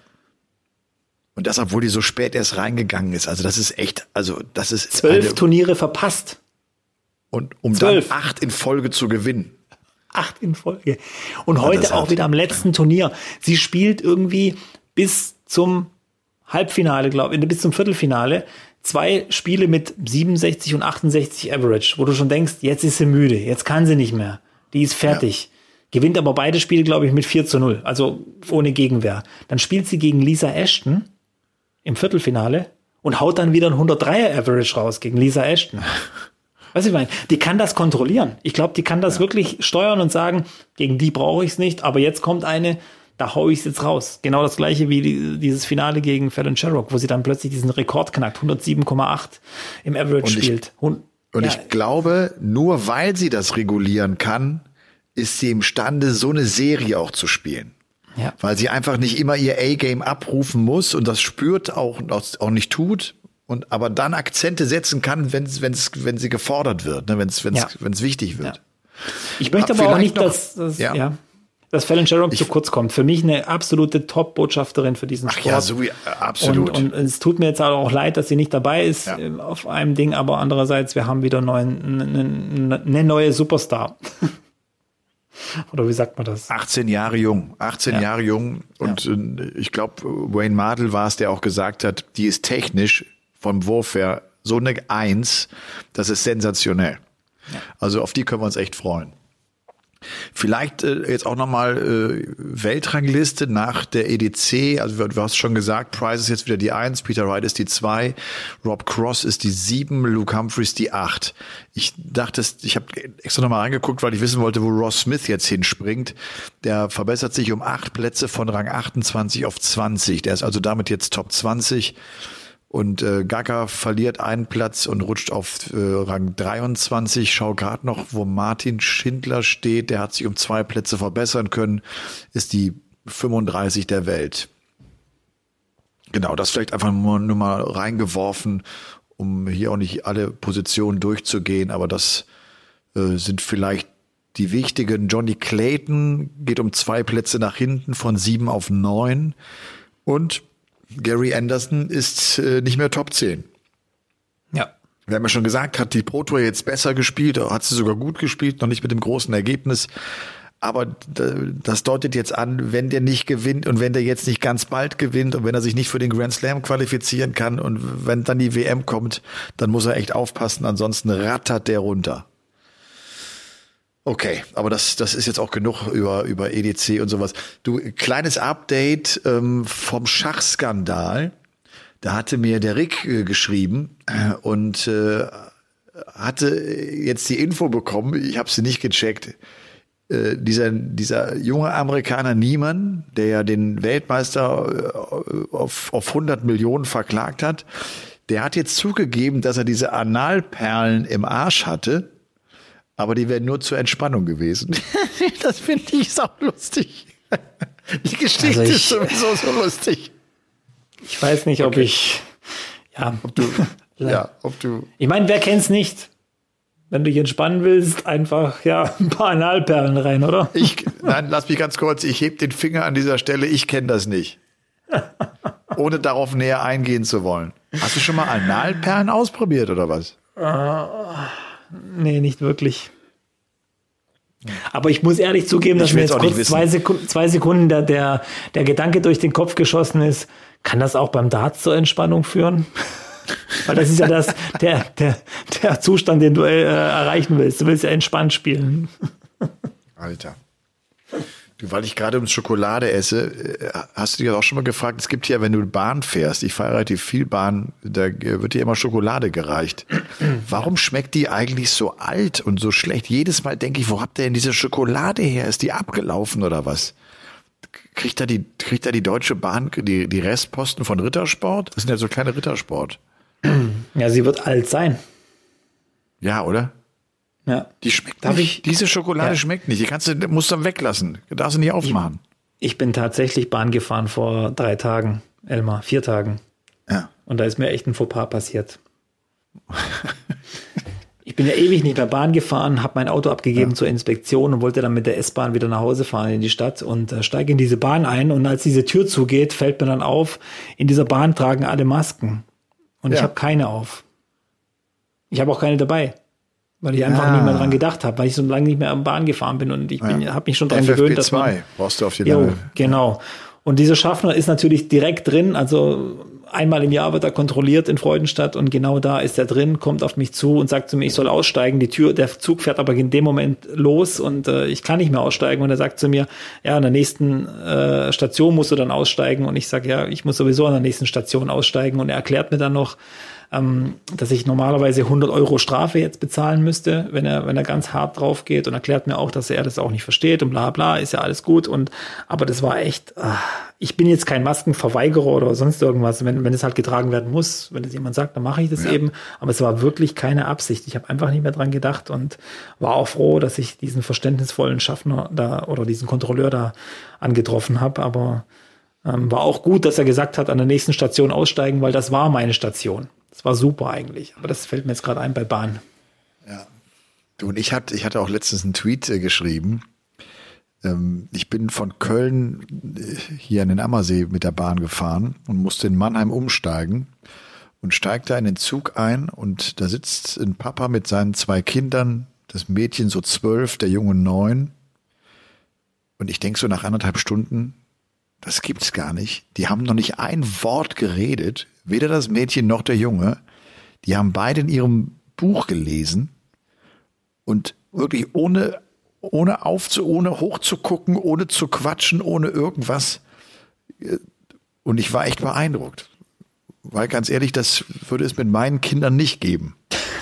Und das, obwohl die so spät erst reingegangen ist. Also das ist echt, also das ist 12 Turniere verpasst. Und um 12. Dann 8 in Folge zu gewinnen. 8 in Folge. Und heute auch wieder am letzten Turnier. Sie spielt irgendwie bis zum Halbfinale, glaube ich, bis zum Viertelfinale 2 Spiele mit 67 und 68 Average, wo du schon denkst, jetzt ist sie müde, jetzt kann sie nicht mehr. Die ist fertig. Ja. Gewinnt aber beide Spiele, glaube ich, mit 4-0, also ohne Gegenwehr. Dann spielt sie gegen Lisa Ashton im Viertelfinale und haut dann wieder ein 103er Average raus gegen Lisa Ashton. Weißt du, ich meine, die kann das kontrollieren. Ich glaube, die kann das wirklich steuern und sagen, gegen die brauche ich es nicht, aber jetzt kommt eine, da hau ich es jetzt raus. Genau das gleiche wie dieses Finale gegen Fallon Sherrock, wo sie dann plötzlich diesen Rekord knackt, 107,8 im Average spielt. Ich glaube, nur weil sie das regulieren kann, ist sie imstande, so eine Serie auch zu spielen. Ja. Weil sie einfach nicht immer ihr A-Game abrufen muss und das spürt auch nicht tut. Aber dann Akzente setzen kann, wenn sie gefordert wird, ne, wenn es wichtig wird. Ja. Ich möchte aber auch nicht, dass Fallon Sherrock zu kurz kommt. Für mich eine absolute Top-Botschafterin für diesen Sport. Ach ja, absolut. Und es tut mir jetzt auch leid, dass sie nicht dabei ist auf einem Ding, aber andererseits, wir haben wieder eine neue Superstar. Oder wie sagt man das? 18 Jahre jung. Und ich glaube, Wayne Mardell war es, der auch gesagt hat, die ist technisch vom Wurf her so eine 1, das ist sensationell. Ja. Also auf die können wir uns echt freuen. Vielleicht jetzt auch nochmal Weltrangliste nach der EDC. Also du hast schon gesagt, Price ist jetzt wieder die 1, Peter Wright ist die 2, Rob Cross ist die 7, Luke Humphries die 8. Ich dachte, ich habe extra nochmal reingeguckt, weil ich wissen wollte, wo Ross Smith jetzt hinspringt. Der verbessert sich um 8 Plätze von Rang 28 auf 20. Der ist also damit jetzt Top 20. Und Gaga verliert einen Platz und rutscht auf Rang 23. Schau gerade noch, wo Martin Schindler steht. Der hat sich um 2 Plätze verbessern können. Ist die 35 der Welt. Genau, das vielleicht einfach nur mal reingeworfen, um hier auch nicht alle Positionen durchzugehen. Aber das sind vielleicht die wichtigen. Johnny Clayton geht um 2 Plätze nach hinten von 7 auf 9. Und Gary Anderson ist nicht mehr Top 10. Ja. Wir haben ja schon gesagt, hat die Pro Tour jetzt besser gespielt, hat sie sogar gut gespielt, noch nicht mit dem großen Ergebnis. Aber das deutet jetzt an, wenn der nicht gewinnt und wenn der jetzt nicht ganz bald gewinnt und wenn er sich nicht für den Grand Slam qualifizieren kann und wenn dann die WM kommt, dann muss er echt aufpassen, ansonsten rattert der runter. Okay, aber das ist jetzt auch genug über EDC und sowas. Du, kleines Update vom Schachskandal. Da hatte mir der Rick geschrieben und hatte jetzt die Info bekommen, ich habe sie nicht gecheckt. Dieser junge Amerikaner Niemann, der ja den Weltmeister auf 100 Millionen verklagt hat, der hat jetzt zugegeben, dass er diese Analperlen im Arsch hatte. Aber die wären nur zur Entspannung gewesen. Das finde ich sau lustig. Die Geschichte ist sowieso so lustig. Ich weiß nicht, ob ich... Ob du... Ich meine, wer kennt's nicht? Wenn du dich entspannen willst, einfach ein paar Analperlen rein, oder? Nein, lass mich ganz kurz. Ich heb den Finger an dieser Stelle. Ich kenne das nicht. Ohne darauf näher eingehen zu wollen. Hast du schon mal Analperlen ausprobiert, oder was? Nee, nicht wirklich. Aber ich muss ehrlich zugeben, dass mir jetzt kurz 2 Sekunden der Gedanke durch den Kopf geschossen ist, kann das auch beim Darts zur Entspannung führen? Weil das ist ja der Zustand, den du erreichen willst. Du willst ja entspannt spielen. Alter. Du, weil ich gerade Schokolade esse, hast du dich auch schon mal gefragt, es gibt ja, wenn du Bahn fährst, ich fahre relativ viel Bahn, da wird dir immer Schokolade gereicht. Warum schmeckt die eigentlich so alt und so schlecht? Jedes Mal denke ich, wo habt ihr denn diese Schokolade her? Ist die abgelaufen oder was? Kriegt da die Deutsche Bahn die Restposten von Rittersport? Das sind ja so kleine Rittersport. Ja, sie wird alt sein. Ja, oder? Ja. Die schmeckt nicht. Diese Schokolade schmeckt nicht. Die musst du weglassen. Die darfst du nicht aufmachen. Ich bin tatsächlich Bahn gefahren vor 3 Tagen, Elmar, 4 Tagen. Ja. Und da ist mir echt ein Fauxpas passiert. Ich bin ja ewig nicht mehr Bahn gefahren, habe mein Auto abgegeben zur Inspektion und wollte dann mit der S-Bahn wieder nach Hause fahren in die Stadt und steige in diese Bahn ein. Und als diese Tür zugeht, fällt mir dann auf, in dieser Bahn tragen alle Masken. Und ich habe keine auf. Ich habe auch keine dabei. Weil ich einfach nicht mehr dran gedacht habe, weil ich so lange nicht mehr am Bahn gefahren bin und ich habe mich schon dran gewöhnt, dass man... brauchst du auf die Lange. Genau. Und dieser Schaffner ist natürlich direkt drin, also einmal im Jahr wird er kontrolliert in Freudenstadt und genau da ist er drin, kommt auf mich zu und sagt zu mir, ich soll aussteigen. Der Zug fährt aber in dem Moment los und ich kann nicht mehr aussteigen und er sagt zu mir, ja, an der nächsten Station musst du dann aussteigen und ich sage, ja, ich muss sowieso an der nächsten Station aussteigen und er erklärt mir dann noch, dass ich normalerweise 100 € Strafe jetzt bezahlen müsste, wenn er ganz hart drauf geht und erklärt mir auch, dass er das auch nicht versteht und bla bla, ist ja alles gut aber das war echt, ich bin jetzt kein Maskenverweigerer oder sonst irgendwas, wenn es halt getragen werden muss, wenn das jemand sagt, dann mache ich das eben, aber es war wirklich keine Absicht, ich habe einfach nicht mehr dran gedacht und war auch froh, dass ich diesen verständnisvollen Schaffner da oder diesen Kontrolleur da angetroffen habe, aber war auch gut, dass er gesagt hat, an der nächsten Station aussteigen, weil das war meine Station. Das war super eigentlich, aber das fällt mir jetzt gerade ein bei Bahn. Ja. Du, und ich hatte auch letztens einen Tweet geschrieben. Ich bin von Köln hier an den Ammersee mit der Bahn gefahren und musste in Mannheim umsteigen und steigt da in den Zug ein und da sitzt ein Papa mit seinen 2 Kindern, das Mädchen so 12, der Junge 9. Und ich denke so nach 1,5 Stunden, das gibt's gar nicht. Die haben noch nicht ein Wort geredet. Weder das Mädchen noch der Junge. Die haben beide in ihrem Buch gelesen und wirklich ohne hochzugucken, ohne zu quatschen, ohne irgendwas. Und ich war echt beeindruckt. Weil ganz ehrlich, das würde es mit meinen Kindern nicht geben.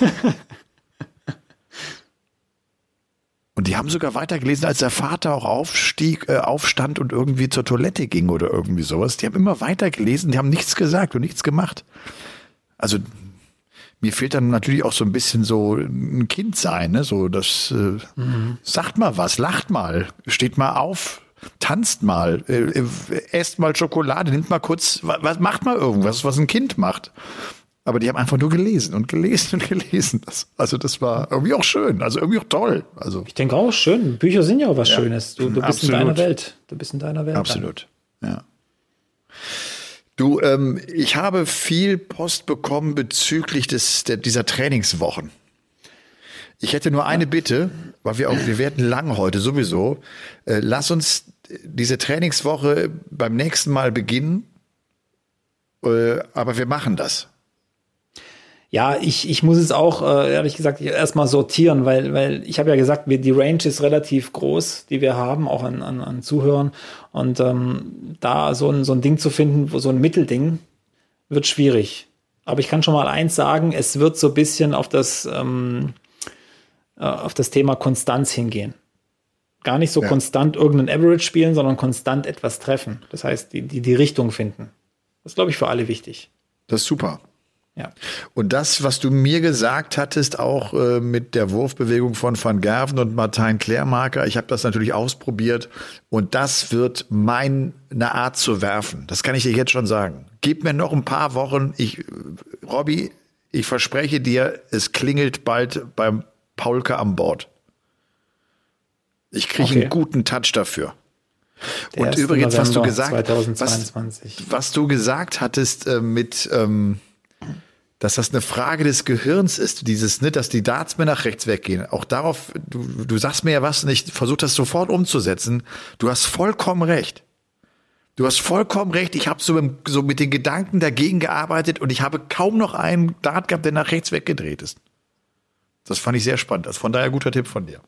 Und die haben sogar weitergelesen, als der Vater auch aufstand und irgendwie zur Toilette ging oder irgendwie sowas. Die haben immer weitergelesen, die haben nichts gesagt und nichts gemacht. Also mir fehlt dann natürlich auch so ein bisschen so ein Kind sein, ne? So das sagt mal was, lacht mal, steht mal auf, tanzt mal, esst mal Schokolade, nimmt mal kurz, macht mal irgendwas, was ein Kind macht. Aber die haben einfach nur gelesen und gelesen und gelesen. Das war irgendwie auch schön, also irgendwie auch toll. Also ich denke auch schön. Bücher sind ja auch was Schönes. Du bist in deiner Welt. Du bist in deiner Welt. Absolut, ja. Du, ich habe viel Post bekommen bezüglich dieser Trainingswochen. Ich hätte nur eine Bitte, weil wir werden lang heute sowieso. Lass uns diese Trainingswoche beim nächsten Mal beginnen. Aber wir machen das. Ja, ich muss es auch, ehrlich gesagt, erstmal sortieren, weil ich habe ja gesagt, die Range ist relativ groß, die wir haben, auch an Zuhörern. Und da so ein Ding zu finden, so ein Mittelding, wird schwierig. Aber ich kann schon mal eins sagen, es wird so ein bisschen auf das Thema Konstanz hingehen. Gar nicht so konstant irgendein Average spielen, sondern konstant etwas treffen. Das heißt, die Richtung finden. Das ist, glaube ich, für alle wichtig. Das ist super. Ja. Und das, was du mir gesagt hattest, auch mit der Wurfbewegung von Van Gerven und Martijn Klärmarker, ich habe das natürlich ausprobiert und das wird meine Art zu werfen. Das kann ich dir jetzt schon sagen. Gib mir noch ein paar Wochen. Robby, ich verspreche dir, es klingelt bald beim Paulke an Bord. Ich kriege einen guten Touch dafür. Und übrigens, was du gesagt hattest mit dass das eine Frage des Gehirns ist, dass die Darts mir nach rechts weggehen. Auch darauf, du sagst mir ja was und ich versuche das sofort umzusetzen. Du hast vollkommen recht. Ich habe so mit den Gedanken dagegen gearbeitet und ich habe kaum noch einen Dart gehabt, der nach rechts weggedreht ist. Das fand ich sehr spannend. Also von daher guter Tipp von dir.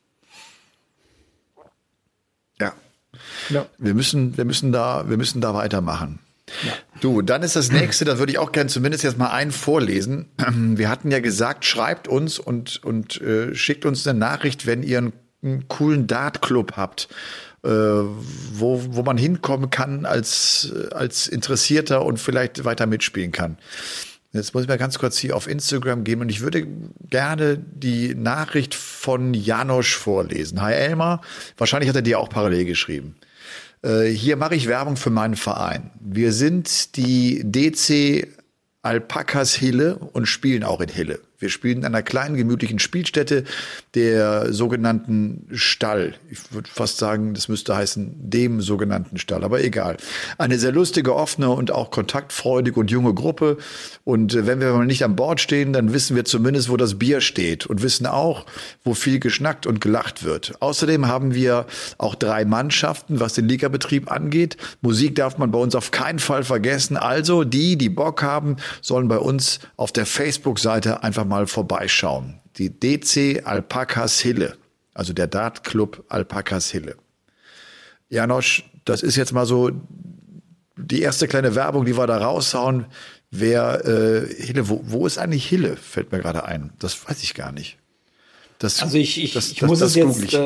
Ja. Wir müssen da weitermachen. Ja. Du, dann ist das nächste, da würde ich auch gerne zumindest jetzt mal einen vorlesen. Wir hatten ja gesagt, schreibt uns und schickt uns eine Nachricht, wenn ihr einen coolen Dart-Club habt, wo man hinkommen kann als Interessierter und vielleicht weiter mitspielen kann. Jetzt muss ich mal ganz kurz hier auf Instagram gehen und ich würde gerne die Nachricht von Janosch vorlesen. Hi Elmar, wahrscheinlich hat er dir auch parallel geschrieben. Hier mache ich Werbung für meinen Verein. Wir sind die DC Alpakas Hille und spielen auch in Hille. Wir spielen in einer kleinen, gemütlichen Spielstätte, der sogenannten Stall. Ich würde fast sagen, das müsste heißen, dem sogenannten Stall, aber egal. Eine sehr lustige, offene und auch kontaktfreudige und junge Gruppe. Und wenn wir mal nicht an Bord stehen, dann wissen wir zumindest, wo das Bier steht und wissen auch, wo viel geschnackt und gelacht wird. Außerdem haben wir auch 3 Mannschaften, was den Ligabetrieb angeht. Musik darf man bei uns auf keinen Fall vergessen. Also die Bock haben, sollen bei uns auf der Facebook-Seite einfach mal vorbeischauen. Die DC Alpakas Hille, also der Dartclub Alpakas Hille. Janosch, das ist jetzt mal so die erste kleine Werbung, die wir da raushauen. Hille, wo ist eigentlich Hille? Fällt mir gerade ein. Das weiß ich gar nicht. Ich muss es jetzt.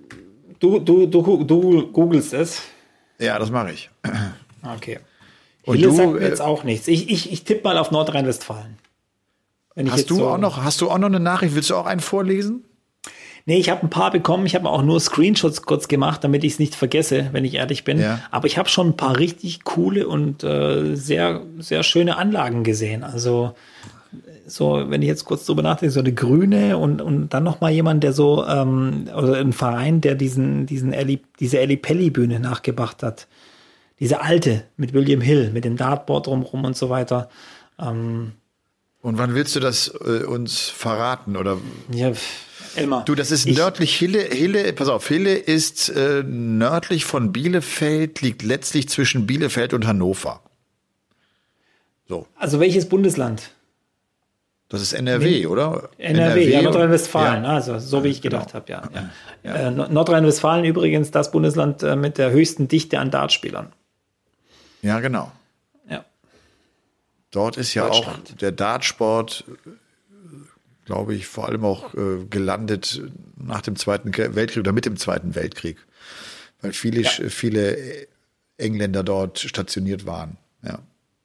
Du googelst es. Ja, das mache ich. Okay. Hille sagt mir jetzt auch nichts. Ich tippe mal auf Nordrhein-Westfalen. Hast du auch noch eine Nachricht? Willst du auch einen vorlesen? Nee, ich habe ein paar bekommen. Ich habe auch nur Screenshots kurz gemacht, damit ich es nicht vergesse, wenn ich ehrlich bin. Ja. Aber ich habe schon ein paar richtig coole und sehr, sehr schöne Anlagen gesehen. Also so, wenn ich jetzt kurz drüber nachdenke, so eine grüne und dann noch mal jemand, der so oder ein Verein, der diese Ellipelli-Bühne nachgebaut hat. Diese alte mit William Hill, mit dem Dartboard drumherum und so weiter. Und wann willst du das uns verraten? Oder? Ja, Elmar. Du, das ist nördlich Hille, pass auf, Hille ist nördlich von Bielefeld, liegt letztlich zwischen Bielefeld und Hannover. So. Also welches Bundesland? Das ist NRW, oder? NRW, ja, Nordrhein-Westfalen, ja. Also so wie ich gedacht habe, ja. Nordrhein-Westfalen übrigens das Bundesland mit der höchsten Dichte an Dartspielern. Ja, genau. Ja. Dort ist ja auch der Dartsport, glaube ich, vor allem auch gelandet nach dem Zweiten Weltkrieg oder mit dem Zweiten Weltkrieg, weil viele Engländer dort stationiert waren. Ja.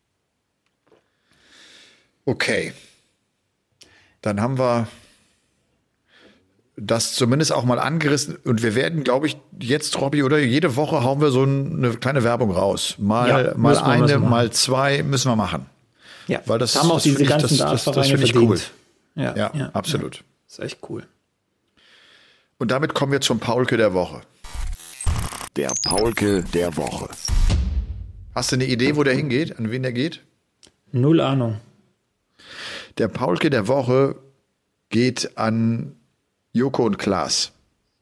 Okay. Dann haben wir das zumindest auch mal angerissen und wir werden, glaube ich, jetzt, Robby, oder jede Woche hauen wir so eine kleine Werbung raus. Mal mal 2 müssen wir machen. Ja, weil das haben auch diese ganzen Dartvereine verdient. Cool. Ja, absolut. Ja. Das ist echt cool. Und damit kommen wir zum Paulke der Woche. Der Paulke der Woche. Hast du eine Idee, wo der hingeht? An wen der geht? Null Ahnung. Der Paulke der Woche geht an Joko und Klaas.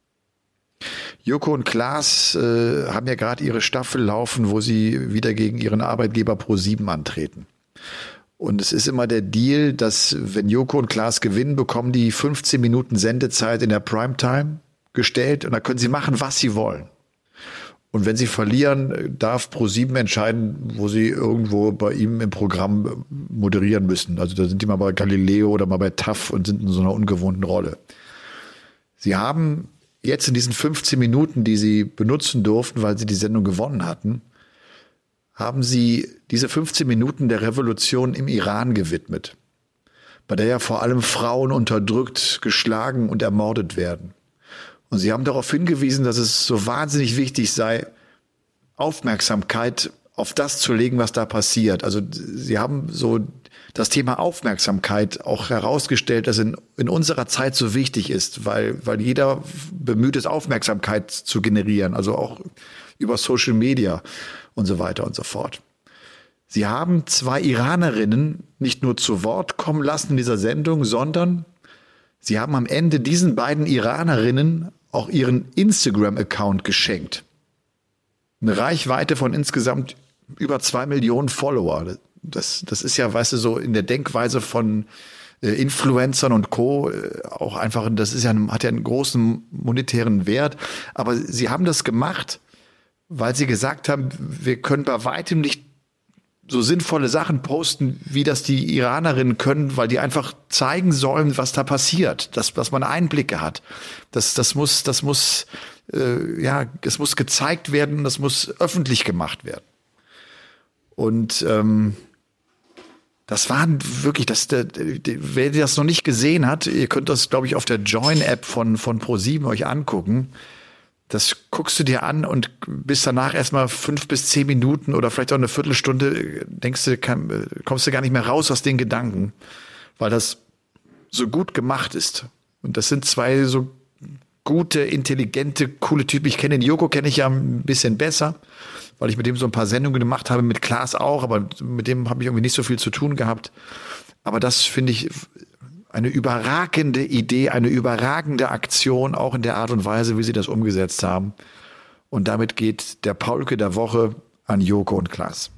Joko und Klaas haben ja gerade ihre Staffel laufen, wo sie wieder gegen ihren Arbeitgeber ProSieben antreten. Und es ist immer der Deal, dass wenn Joko und Klaas gewinnen, bekommen die 15 Minuten Sendezeit in der Primetime gestellt und da können sie machen, was sie wollen. Und wenn sie verlieren, darf ProSieben entscheiden, wo sie irgendwo bei ihm im Programm moderieren müssen. Also da sind die mal bei Galileo oder mal bei TAF und sind in so einer ungewohnten Rolle. Sie haben jetzt in diesen 15 Minuten, die sie benutzen durften, weil sie die Sendung gewonnen hatten, haben sie diese 15 Minuten der Revolution im Iran gewidmet, bei der ja vor allem Frauen unterdrückt, geschlagen und ermordet werden. Und sie haben darauf hingewiesen, dass es so wahnsinnig wichtig sei, Aufmerksamkeit auf das zu legen, was da passiert. Also sie haben so das Thema Aufmerksamkeit auch herausgestellt, dass in unserer Zeit so wichtig ist, weil jeder bemüht ist, Aufmerksamkeit zu generieren, also auch über Social Media und so weiter und so fort. Sie haben 2 Iranerinnen nicht nur zu Wort kommen lassen in dieser Sendung, sondern sie haben am Ende diesen beiden Iranerinnen auch ihren Instagram-Account geschenkt. Eine Reichweite von insgesamt über 2 Millionen Follower. Das ist ja, weißt du, so in der Denkweise von Influencern und Co. auch einfach, das ist ja, hat ja einen großen monetären Wert. Aber sie haben das gemacht, weil sie gesagt haben, wir können bei weitem nicht so sinnvolle Sachen posten, wie das die Iranerinnen können, weil die einfach zeigen sollen, was da passiert, dass man Einblicke hat. Das muss gezeigt werden, das muss öffentlich gemacht werden. Und Das waren wirklich, wer das noch nicht gesehen hat, ihr könnt das, glaube ich, auf der Join-App von Pro7 euch angucken. Das guckst du dir an und bist danach erstmal 5 bis 10 Minuten oder vielleicht auch eine Viertelstunde, kommst du gar nicht mehr raus aus den Gedanken, weil das so gut gemacht ist. Und das sind zwei so gute, intelligente, coole Typen. Den Joko kenne ich ja ein bisschen besser, weil ich mit dem so ein paar Sendungen gemacht habe, mit Klaas auch, aber mit dem habe ich irgendwie nicht so viel zu tun gehabt. Aber das finde ich eine überragende Idee, eine überragende Aktion, auch in der Art und Weise, wie sie das umgesetzt haben. Und damit geht der Paulke der Woche an Joko und Klaas.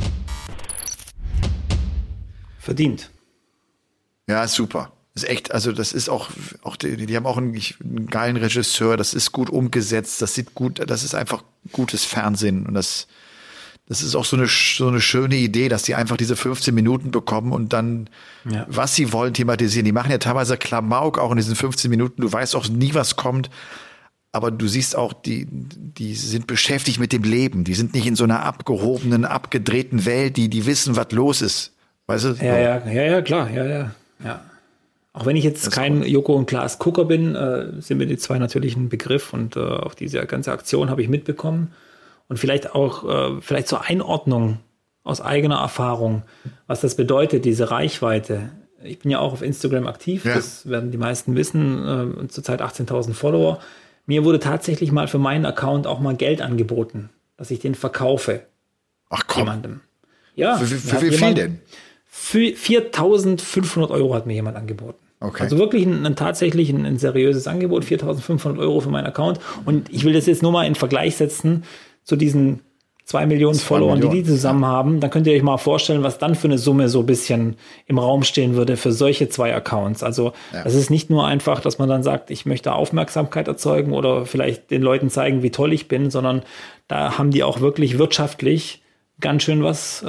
Verdient. Ja, ist super. Ist echt, also das ist auch die haben auch einen geilen Regisseur, das ist gut umgesetzt, das ist einfach gutes Fernsehen und das ist auch so eine schöne Idee, dass die einfach diese 15 Minuten bekommen und dann, was sie wollen, thematisieren. Die machen ja teilweise Klamauk auch in diesen 15 Minuten, du weißt auch nie, was kommt, aber du siehst auch, die sind beschäftigt mit dem Leben, die sind nicht in so einer abgehobenen, abgedrehten Welt, die wissen, was los ist, weißt du? Ja, klar, ja. Auch wenn ich jetzt kein Joko und Klaas Gucker bin, sind mir die zwei natürlich ein Begriff und auch diese ganze Aktion habe ich mitbekommen. Und vielleicht auch, zur Einordnung aus eigener Erfahrung, was das bedeutet, diese Reichweite. Ich bin ja auch auf Instagram aktiv, das werden die meisten wissen, zurzeit 18.000 Follower. Mir wurde tatsächlich mal für meinen Account auch mal Geld angeboten, dass ich den verkaufe. Ach komm. Jemandem. Ja. Für wie viel denn? Für 4.500 Euro hat mir jemand angeboten. Okay. Also wirklich tatsächlich ein seriöses Angebot, 4.500 Euro für meinen Account. Und ich will das jetzt nur mal in Vergleich setzen zu diesen 2 Millionen Followern, die zusammen haben. Dann könnt ihr euch mal vorstellen, was dann für eine Summe so ein bisschen im Raum stehen würde für solche 2 Accounts. Also das ist nicht nur einfach, dass man dann sagt, ich möchte Aufmerksamkeit erzeugen oder vielleicht den Leuten zeigen, wie toll ich bin, sondern da haben die auch wirklich wirtschaftlich ganz schön was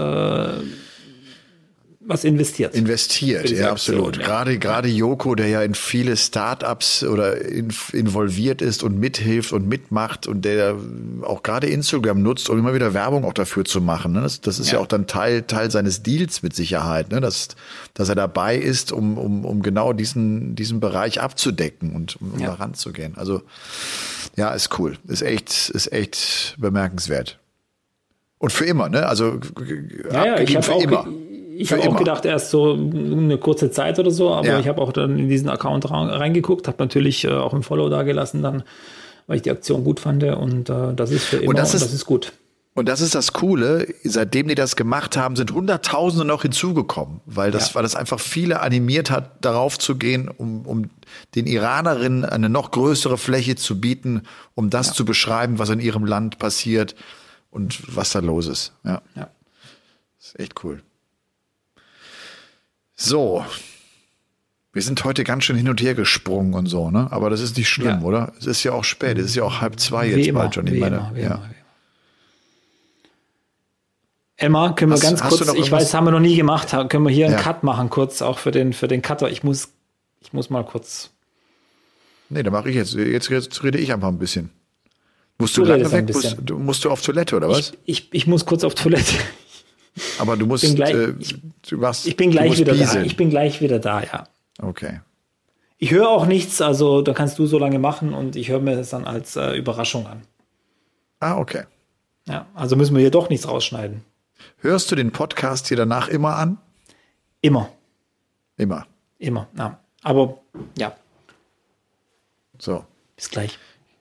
investiert. Ja, absolut. Ja. Gerade Joko, der ja in viele Startups oder involviert ist und mithilft und mitmacht und der auch gerade Instagram nutzt, um immer wieder Werbung auch dafür zu machen. Das ist ja auch dann Teil seines Deals mit Sicherheit, ne? Dass er dabei ist, um genau diesen Bereich abzudecken und um da ranzugehen. Also ja, ist cool. Ist echt bemerkenswert. Und für immer, ne? Also ich habe auch gedacht, erst so eine kurze Zeit oder so, aber ich habe auch dann in diesen Account reingeguckt, habe natürlich auch ein Follow da gelassen dann, weil ich die Aktion gut fand und das ist für immer und das ist gut. Und das ist das Coole, seitdem die das gemacht haben, sind Hunderttausende noch hinzugekommen, weil das einfach viele animiert hat, darauf zu gehen, um den Iranerinnen eine noch größere Fläche zu bieten, um das zu beschreiben, was in ihrem Land passiert und was da los ist. Ja. Das ist echt cool. So, wir sind heute ganz schön hin und her gesprungen und so, ne? Aber das ist nicht schlimm, oder? Es ist ja auch spät, es ist ja auch 1:30 jetzt bald schon. Elmar, können wir ganz kurz, ich weiß, das haben wir noch nie gemacht, können wir hier einen Cut machen, kurz auch für den Cutter. Ich muss mal kurz. Nee, da mache ich jetzt rede ich einfach ein bisschen. Musst du lange weg? Musst du auf Toilette, oder was? Ich muss kurz auf Toilette. Aber du musst, ich bin gleich wieder da. Ich bin gleich wieder da, ja. Okay. Ich höre auch nichts, also da kannst du so lange machen und ich höre mir das dann als Überraschung an. Ah, okay. Ja, also müssen wir hier doch nichts rausschneiden. Hörst du den Podcast hier danach immer an? Immer. Immer, ja. Aber, ja. So. Bis gleich.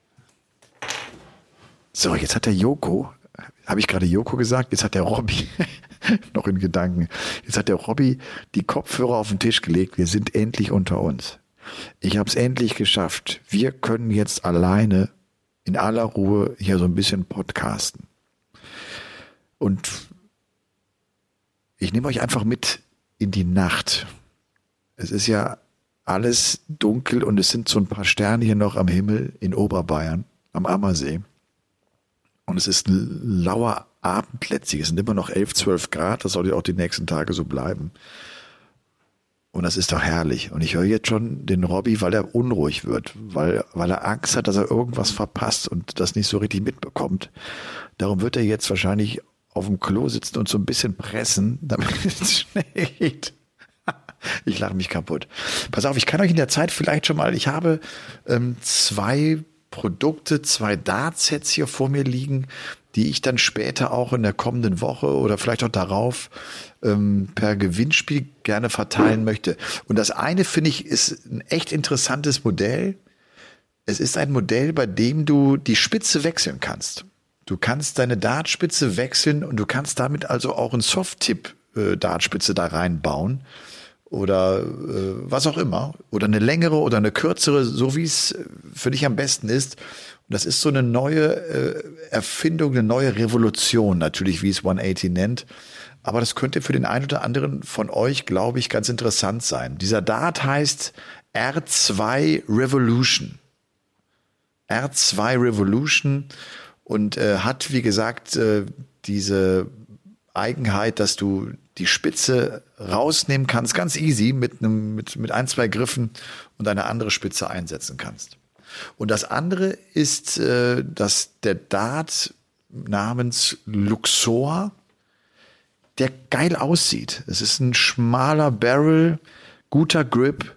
So, jetzt hat der Joko, habe ich gerade Joko gesagt? Jetzt hat der Robby, noch in Gedanken, jetzt hat der Robby die Kopfhörer auf den Tisch gelegt. Wir sind endlich unter uns. Ich habe es endlich geschafft. Wir können jetzt alleine in aller Ruhe hier so ein bisschen podcasten. Und ich nehme euch einfach mit in die Nacht. Es ist ja alles dunkel und es sind so ein paar Sterne hier noch am Himmel in Oberbayern, am Ammersee. Und es ist ein lauer Abend letztlich. Es sind immer noch 11, 12 Grad. Das soll ja auch die nächsten Tage so bleiben. Und das ist doch herrlich. Und ich höre jetzt schon den Robby, weil er unruhig wird, weil er Angst hat, dass er irgendwas verpasst und das nicht so richtig mitbekommt. Darum wird er jetzt wahrscheinlich auf dem Klo sitzen und so ein bisschen pressen, damit es schnell geht. Ich lache mich kaputt. Pass auf, ich kann euch in der Zeit vielleicht schon mal, ich habe 2 Produkte, 2 Dartsets hier vor mir liegen, die ich dann später auch in der kommenden Woche oder vielleicht auch darauf per Gewinnspiel gerne verteilen möchte. Und das eine, finde ich, ist ein echt interessantes Modell. Es ist ein Modell, bei dem du die Spitze wechseln kannst. Du kannst deine Dartspitze wechseln und du kannst damit also auch ein Soft-Tip-Dartspitze da reinbauen oder was auch immer. Oder eine längere oder eine kürzere, so wie es für dich am besten ist. Und das ist so eine neue Erfindung, eine neue Revolution, natürlich, wie es 180 nennt. Aber das könnte für den einen oder anderen von euch, glaube ich, ganz interessant sein. Dieser Dart heißt R2 Revolution. R2 Revolution und hat, wie gesagt, diese Eigenheit, dass du die Spitze rausnehmen kannst, ganz easy mit 1, 2 Griffen und eine andere Spitze einsetzen kannst. Und das andere ist, dass der Dart namens Luxor, der geil aussieht. Es ist ein schmaler Barrel, guter Grip,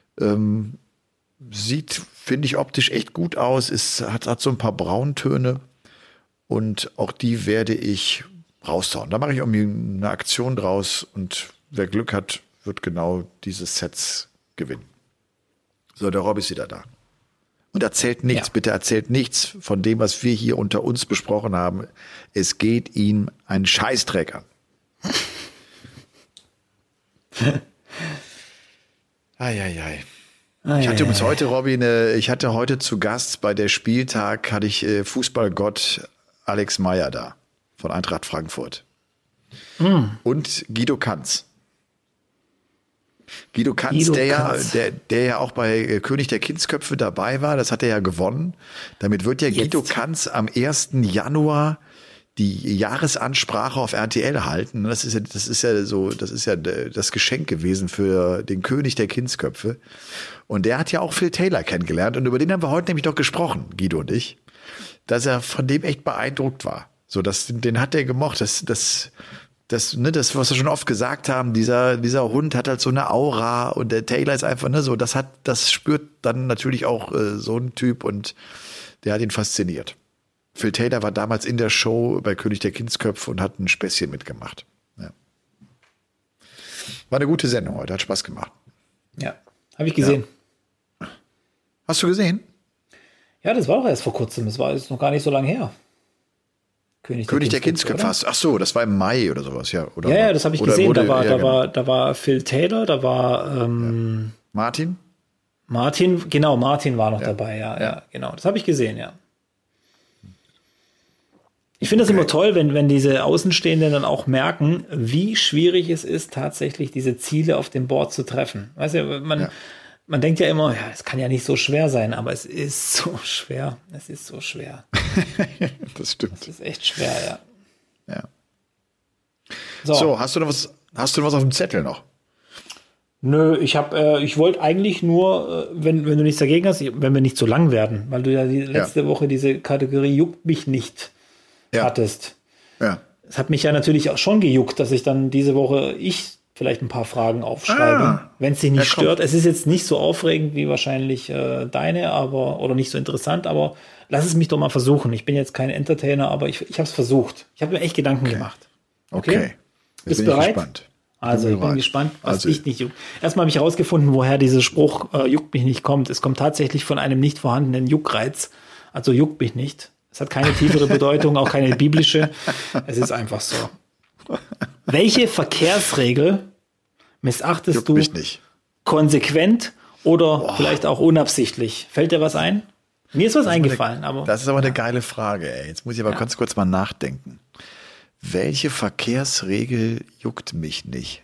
sieht, finde ich, optisch echt gut aus, hat so ein paar Brauntöne und auch die werde ich raushauen. Da mache ich irgendwie eine Aktion draus und wer Glück hat, wird genau diese Sets gewinnen. So, der Rob ist wieder da. Und erzählt nichts, bitte erzählt nichts von dem, was wir hier unter uns besprochen haben. Es geht ihm einen Scheißdreck an. Eieiei. Ich hatte übrigens heute, Robby, ich hatte heute zu Gast bei der Spieltag, hatte ich Fußballgott Alex Meyer da von Eintracht Frankfurt. Und Guido Kanz. Guido Kanz, der ja auch bei König der Kindsköpfe dabei war, das hat er ja gewonnen. Damit wird ja Guido Kanz am 1. Januar die Jahresansprache auf RTL halten. Das ist ja das Geschenk gewesen für den König der Kindsköpfe. Und der hat ja auch Phil Taylor kennengelernt. Und über den haben wir heute nämlich noch gesprochen, Guido und ich, dass er von dem echt beeindruckt war. So, den hat er gemocht. Das, was wir schon oft gesagt haben, dieser Hund hat halt so eine Aura und der Taylor ist einfach, so, das spürt dann natürlich auch so ein Typ und der hat ihn fasziniert. Phil Taylor war damals in der Show bei König der Kindsköpfe und hat ein Späßchen mitgemacht. Ja. War eine gute Sendung heute, hat Spaß gemacht. Ja, habe ich gesehen. Ja. Hast du gesehen? Ja, das war auch erst vor kurzem. Das war jetzt noch gar nicht so lange her. König der Kindsköpfe. Ach so, das war im Mai oder sowas, ja. Oder ja, das habe ich gesehen. Da war Phil Taylor, da war Martin? Martin war noch dabei, ja, genau. Das habe ich gesehen, ja. Ich finde das immer toll, wenn diese Außenstehenden dann auch merken, wie schwierig es ist, tatsächlich diese Ziele auf dem Board zu treffen. Weißt du, man denkt ja immer, es kann ja nicht so schwer sein, aber es ist so schwer. Es ist so schwer. Das stimmt. Es ist echt schwer, ja. So, hast du noch was auf dem Zettel noch? Nö, ich wollte eigentlich nur, wenn du nichts dagegen hast, wenn wir nicht so lang werden, weil du ja die letzte Woche diese Kategorie juckt mich nicht hattest. Ja. Es hat mich ja natürlich auch schon gejuckt, dass ich dann diese Woche vielleicht ein paar Fragen aufschreibe, wenn es dich nicht stört. Es ist jetzt nicht so aufregend wie wahrscheinlich deine, oder nicht so interessant, aber lass es mich doch mal versuchen. Ich bin jetzt kein Entertainer, aber ich habe es versucht. Ich habe mir echt Gedanken gemacht. Okay. Bist du bereit? Gespannt. Also ich bin gespannt, was dich nicht juckt. Erstmal habe ich herausgefunden, woher dieser Spruch juckt mich nicht kommt. Es kommt tatsächlich von einem nicht vorhandenen Juckreiz. Also juckt mich nicht. Es hat keine tiefere Bedeutung, auch keine biblische. Es ist einfach so. Welche Verkehrsregel missachtest du konsequent oder vielleicht auch unabsichtlich? Fällt dir was ein? Mir ist was eingefallen. Das ist aber eine geile Frage, ey. Jetzt muss ich aber ganz kurz mal nachdenken. Welche Verkehrsregel juckt mich nicht?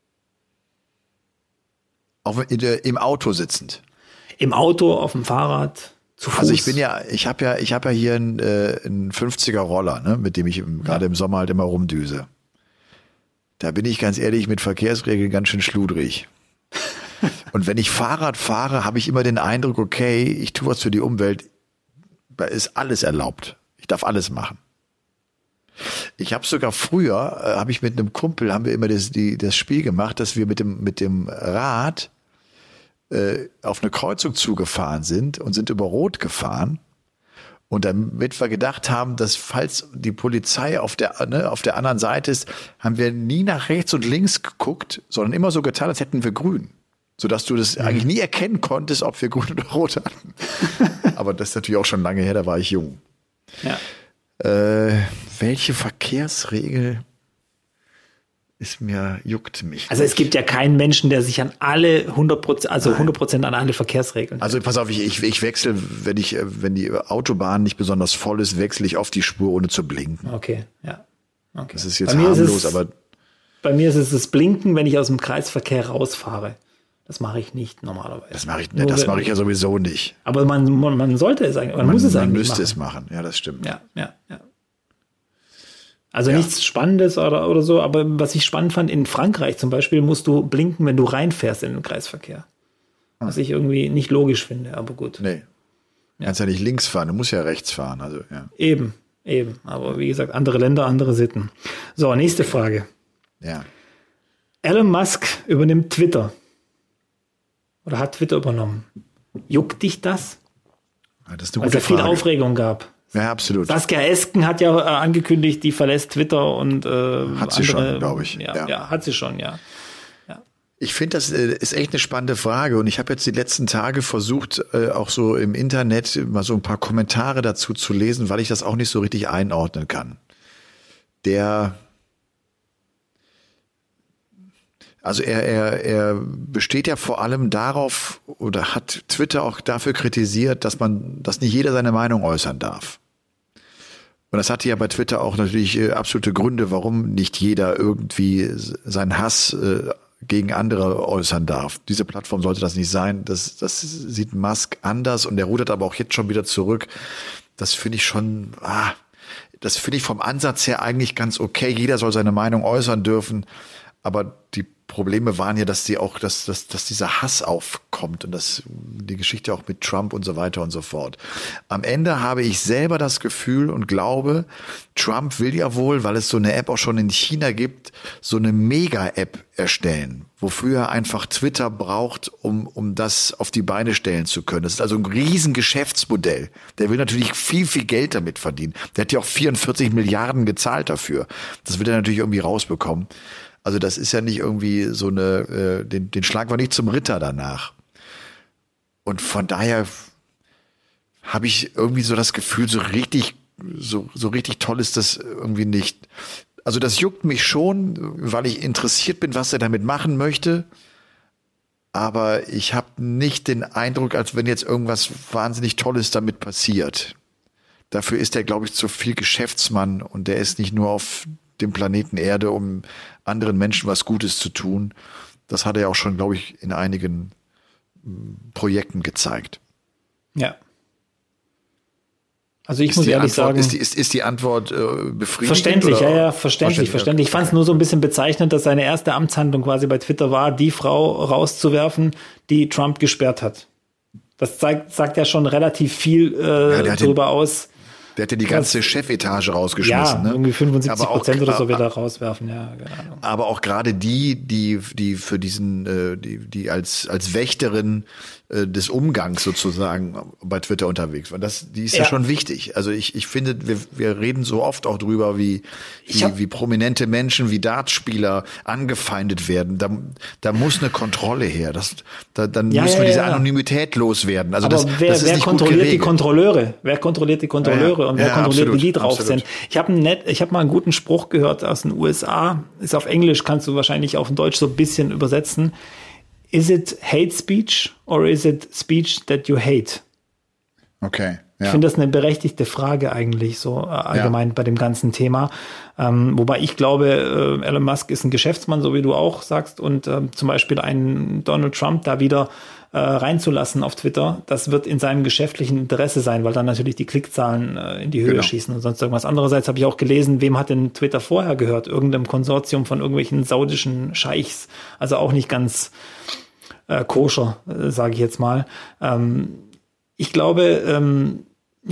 Auch im Auto sitzend. Im Auto, auf dem Fahrrad, zu Fuß. Also ich habe ja hier einen 50er Roller, ne, mit dem ich gerade im Sommer halt immer rumdüse. Da bin ich ganz ehrlich mit Verkehrsregeln ganz schön schludrig. Und wenn ich Fahrrad fahre, habe ich immer den Eindruck, okay, ich tue was für die Umwelt. Da ist alles erlaubt. Ich darf alles machen. Ich habe sogar früher, habe ich mit einem Kumpel, haben wir immer das Spiel gemacht, dass wir mit dem Rad auf eine Kreuzung zugefahren sind und sind über Rot gefahren. Und damit wir gedacht haben, dass falls die Polizei auf der anderen Seite ist, haben wir nie nach rechts und links geguckt, sondern immer so getan, als hätten wir grün. Sodass du das eigentlich nie erkennen konntest, ob wir grün oder rot hatten. Aber das ist natürlich auch schon lange her, da war ich jung. Ja. Welche Verkehrsregel juckt mich? Also es gibt ja keinen Menschen, der sich an alle 100%, 100% an alle Verkehrsregeln. Also pass auf, ich wechsle, wenn die Autobahn nicht besonders voll ist, wechsle ich auf die Spur, ohne zu blinken. Okay, ja. Okay. Das ist jetzt harmlos, aber bei mir ist es das Blinken, wenn ich aus dem Kreisverkehr rausfahre. Das mache ich nicht normalerweise. Das mache ich ja sowieso nicht. Aber man sollte es eigentlich, man muss es eigentlich machen. Man müsste es machen, ja, das stimmt. Ja. Also nichts Spannendes oder so, aber was ich spannend fand, in Frankreich zum Beispiel musst du blinken, wenn du reinfährst in den Kreisverkehr. Was ich irgendwie nicht logisch finde, aber gut. Nee. Du kannst ja nicht links fahren, du musst ja rechts fahren. Also, ja. Eben. Aber wie gesagt, andere Länder, andere Sitten. So, nächste Frage. Ja. Elon Musk übernimmt Twitter. Oder hat Twitter übernommen. Juckt dich das? Ja, das ist eine Weil es ja viel Aufregung gab. Ja, absolut. Saskia Esken hat ja angekündigt, die verlässt Twitter und hat sie schon, glaube ich. Ja, hat sie schon, ja. Ich finde, das ist echt eine spannende Frage und ich habe jetzt die letzten Tage versucht, auch so im Internet mal so ein paar Kommentare dazu zu lesen, weil ich das auch nicht so richtig einordnen kann. Also er besteht ja vor allem darauf oder hat Twitter auch dafür kritisiert, dass nicht jeder seine Meinung äußern darf. Und das hatte ja bei Twitter auch natürlich absolute Gründe, warum nicht jeder irgendwie seinen Hass gegen andere äußern darf. Diese Plattform sollte das nicht sein. Das sieht Musk anders und der rudert aber auch jetzt schon wieder zurück. Das finde ich schon, das finde ich vom Ansatz her eigentlich ganz okay. Jeder soll seine Meinung äußern dürfen. Aber die Probleme waren ja, dass dieser Hass aufkommt und die Geschichte auch mit Trump und so weiter und so fort. Am Ende habe ich selber das Gefühl und glaube, Trump will ja wohl, weil es so eine App auch schon in China gibt, so eine Mega-App erstellen, wofür er einfach Twitter braucht, um das auf die Beine stellen zu können. Das ist also ein riesen Geschäftsmodell. Der will natürlich viel, viel Geld damit verdienen. Der hat ja auch 44 Milliarden gezahlt dafür. Das wird er natürlich irgendwie rausbekommen. Also das ist ja nicht irgendwie so den schlagen wir nicht zum Ritter danach. Und von daher habe ich irgendwie so das Gefühl, so richtig toll ist das irgendwie nicht. Also das juckt mich schon, weil ich interessiert bin, was er damit machen möchte. Aber ich habe nicht den Eindruck, als wenn jetzt irgendwas wahnsinnig Tolles damit passiert. Dafür ist er, glaube ich, zu viel Geschäftsmann und der ist nicht nur auf dem Planeten Erde, um anderen Menschen was Gutes zu tun. Das hat er auch schon, glaube ich, in einigen Projekten gezeigt. Ja. Also ich muss ehrlich sagen... Ist die Antwort befriedigend? Verständlich, oder? Ja, verständlich. Ich fand es nur so ein bisschen bezeichnend, dass seine erste Amtshandlung quasi bei Twitter war, die Frau rauszuwerfen, die Trump gesperrt hat. Das sagt ja schon relativ viel darüber aus. Der hat ja die ganze Chefetage rausgeschmissen. Ja, irgendwie 75% oder so wird er rauswerfen. Ja, keine Ahnung. Aber auch gerade die für diesen, die als Wächterin des Umgangs sozusagen bei Twitter unterwegs waren. Die ist ja schon wichtig. Also ich finde, wir reden so oft auch drüber, wie prominente Menschen, wie Dartspieler angefeindet werden. Da muss eine Kontrolle her. Dann müssen wir diese Anonymität loswerden. Also aber wer kontrolliert die Kontrolleure? Wer kontrolliert die Kontrolleure und wer kontrolliert, wie die drauf sind? Ich habe mal einen guten Spruch gehört aus den USA. Ist auf Englisch, kannst du wahrscheinlich auf Deutsch so ein bisschen übersetzen. Is it hate speech or is it speech that you hate? Okay. Ja. Ich finde das eine berechtigte Frage eigentlich so allgemein bei dem ganzen Thema. Wobei ich glaube, Elon Musk ist ein Geschäftsmann, so wie du auch sagst. Und zum Beispiel einen Donald Trump da wieder reinzulassen auf Twitter, das wird in seinem geschäftlichen Interesse sein, weil dann natürlich die Klickzahlen in die Höhe schießen und sonst irgendwas. Andererseits habe ich auch gelesen, wem hat denn Twitter vorher gehört? Irgendeinem Konsortium von irgendwelchen saudischen Scheichs. Also auch nicht ganz koscher, sage ich jetzt mal. Ich glaube,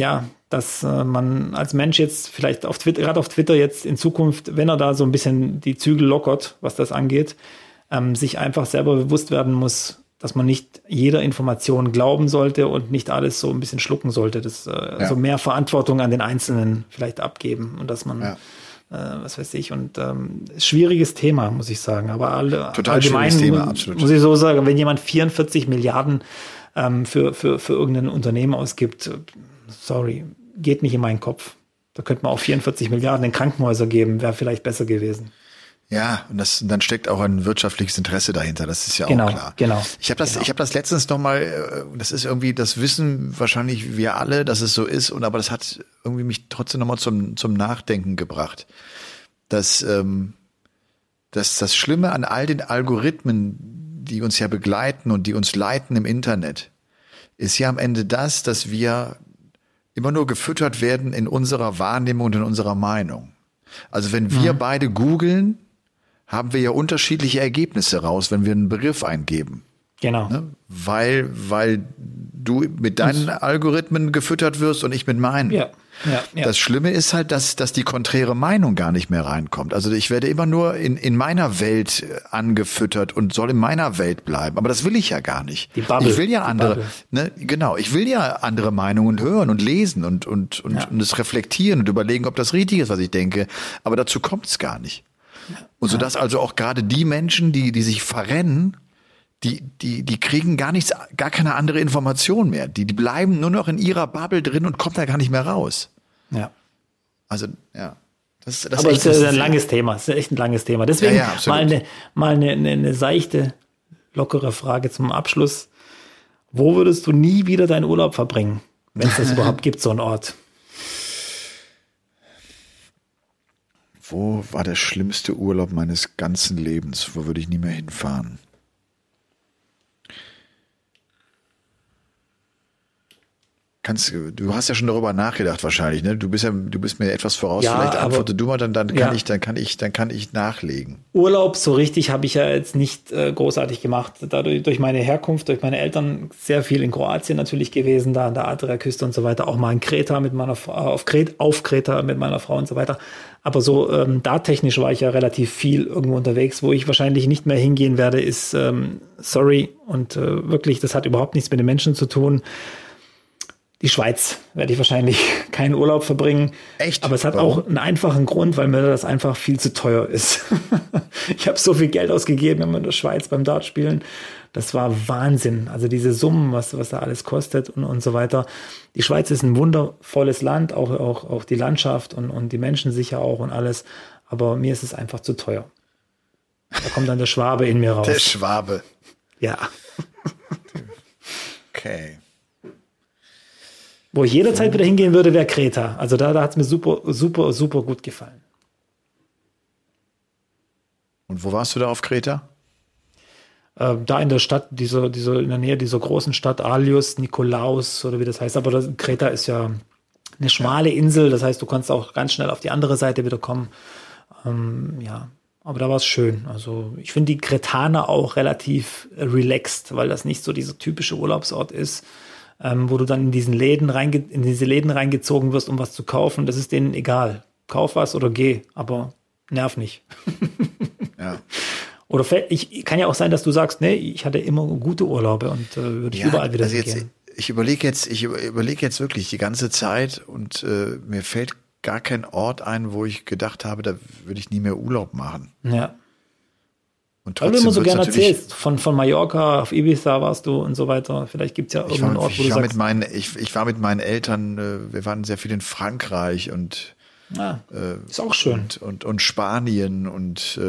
dass man als Mensch jetzt vielleicht gerade auf Twitter jetzt in Zukunft, wenn er da so ein bisschen die Zügel lockert, was das angeht, sich einfach selber bewusst werden muss, dass man nicht jeder Information glauben sollte und nicht alles so ein bisschen schlucken sollte. Also mehr Verantwortung an den Einzelnen vielleicht abgeben und dass man, was weiß ich, und schwieriges Thema, muss ich sagen. Aber total schwieriges Thema, absolut. Muss ich so sagen, wenn jemand 44 Milliarden für irgendein Unternehmen ausgibt, sorry, geht nicht in meinen Kopf. Da könnte man auch 44 Milliarden in Krankenhäuser geben, wäre vielleicht besser gewesen. Ja, und dann steckt auch ein wirtschaftliches Interesse dahinter, das ist ja auch klar. Genau. Ich habe das letztens nochmal, das ist irgendwie, das wissen wahrscheinlich wir alle, dass es so ist, aber das hat irgendwie mich trotzdem nochmal zum Nachdenken gebracht. Dass das Schlimme an all den Algorithmen, die uns ja begleiten und die uns leiten im Internet, ist ja am Ende das, dass wir immer nur gefüttert werden in unserer Wahrnehmung und in unserer Meinung. Also wenn wir beide googeln, haben wir ja unterschiedliche Ergebnisse raus, wenn wir einen Begriff eingeben. Genau. Ne? Weil du mit deinen Algorithmen gefüttert wirst und ich mit meinen. Ja. Das Schlimme ist halt, dass die konträre Meinung gar nicht mehr reinkommt. Also ich werde immer nur in meiner Welt angefüttert und soll in meiner Welt bleiben. Aber das will ich ja gar nicht. Die Bubble. Ich will ja andere, ich will ja andere Meinungen hören und lesen und es reflektieren und überlegen, ob das richtig ist, was ich denke. Aber dazu kommt es gar nicht. Und so dass also auch gerade die Menschen, die sich verrennen, die kriegen gar keine andere Information mehr. Die bleiben nur noch in ihrer Bubble drin und kommen da gar nicht mehr raus. Ja. Also, ja. Das aber es ist ein langes Thema. Es ist echt ein langes Thema. Deswegen mal eine seichte, lockere Frage zum Abschluss. Wo würdest du nie wieder deinen Urlaub verbringen, wenn es das überhaupt gibt, so einen Ort? Wo war der schlimmste Urlaub meines ganzen Lebens? Wo würde ich nie mehr hinfahren? Du hast ja schon darüber nachgedacht wahrscheinlich, ne? Du bist mir etwas voraus. Ja, vielleicht antworte du mal, dann kann ich nachlegen. Urlaub so richtig habe ich ja jetzt nicht großartig gemacht. Dadurch, durch meine Herkunft, durch meine Eltern sehr viel in Kroatien natürlich gewesen, da an der Adriaküste und so weiter. Auch mal in Kreta mit meiner Frau, auf Kreta mit meiner Frau und so weiter. Aber so da technisch war ich ja relativ viel irgendwo unterwegs. Wo ich wahrscheinlich nicht mehr hingehen werde, ist sorry und wirklich, das hat überhaupt nichts mit den Menschen zu tun. Die Schweiz werde ich wahrscheinlich keinen Urlaub verbringen. Echt? Aber es hat auch einen einfachen Grund, weil mir das einfach viel zu teuer ist. Ich habe so viel Geld ausgegeben in der Schweiz beim Dartspielen. Das war Wahnsinn. Also diese Summen, was da alles kostet und so weiter. Die Schweiz ist ein wundervolles Land, auch die Landschaft und die Menschen sicher auch und alles. Aber mir ist es einfach zu teuer. Da kommt dann der Schwabe in mir raus. Der Schwabe. Ja. Okay. Wo ich jederzeit wieder hingehen würde, wäre Kreta. Also da hat es mir super, super, super gut gefallen. Und wo warst du da auf Kreta? Da in der Stadt, in der Nähe dieser großen Stadt Agios Nikolaos oder wie das heißt. Aber Kreta ist ja eine schmale Insel. Das heißt, du kannst auch ganz schnell auf die andere Seite wieder kommen. Aber da war es schön. Also ich finde die Kretaner auch relativ relaxed, weil das nicht so dieser typische Urlaubsort ist. Wo du dann in diese Läden reingezogen wirst, um was zu kaufen. Das ist denen egal. Kauf was oder geh, aber nerv nicht. Ja. Oder kann ja auch sein, dass du sagst, nee, ich hatte immer gute Urlaube und würde ich überall wieder hingehen. Ich überlege jetzt wirklich die ganze Zeit und mir fällt gar kein Ort ein, wo ich gedacht habe, da würde ich nie mehr Urlaub machen. Ja. Und weil du immer so gerne erzählst, von Mallorca auf Ibiza warst du und so weiter. Vielleicht gibt es ja irgendeinen Ort, wo du sagst... Ich war mit meinen Eltern, wir waren sehr viel in Frankreich und ist auch schön. Und Spanien und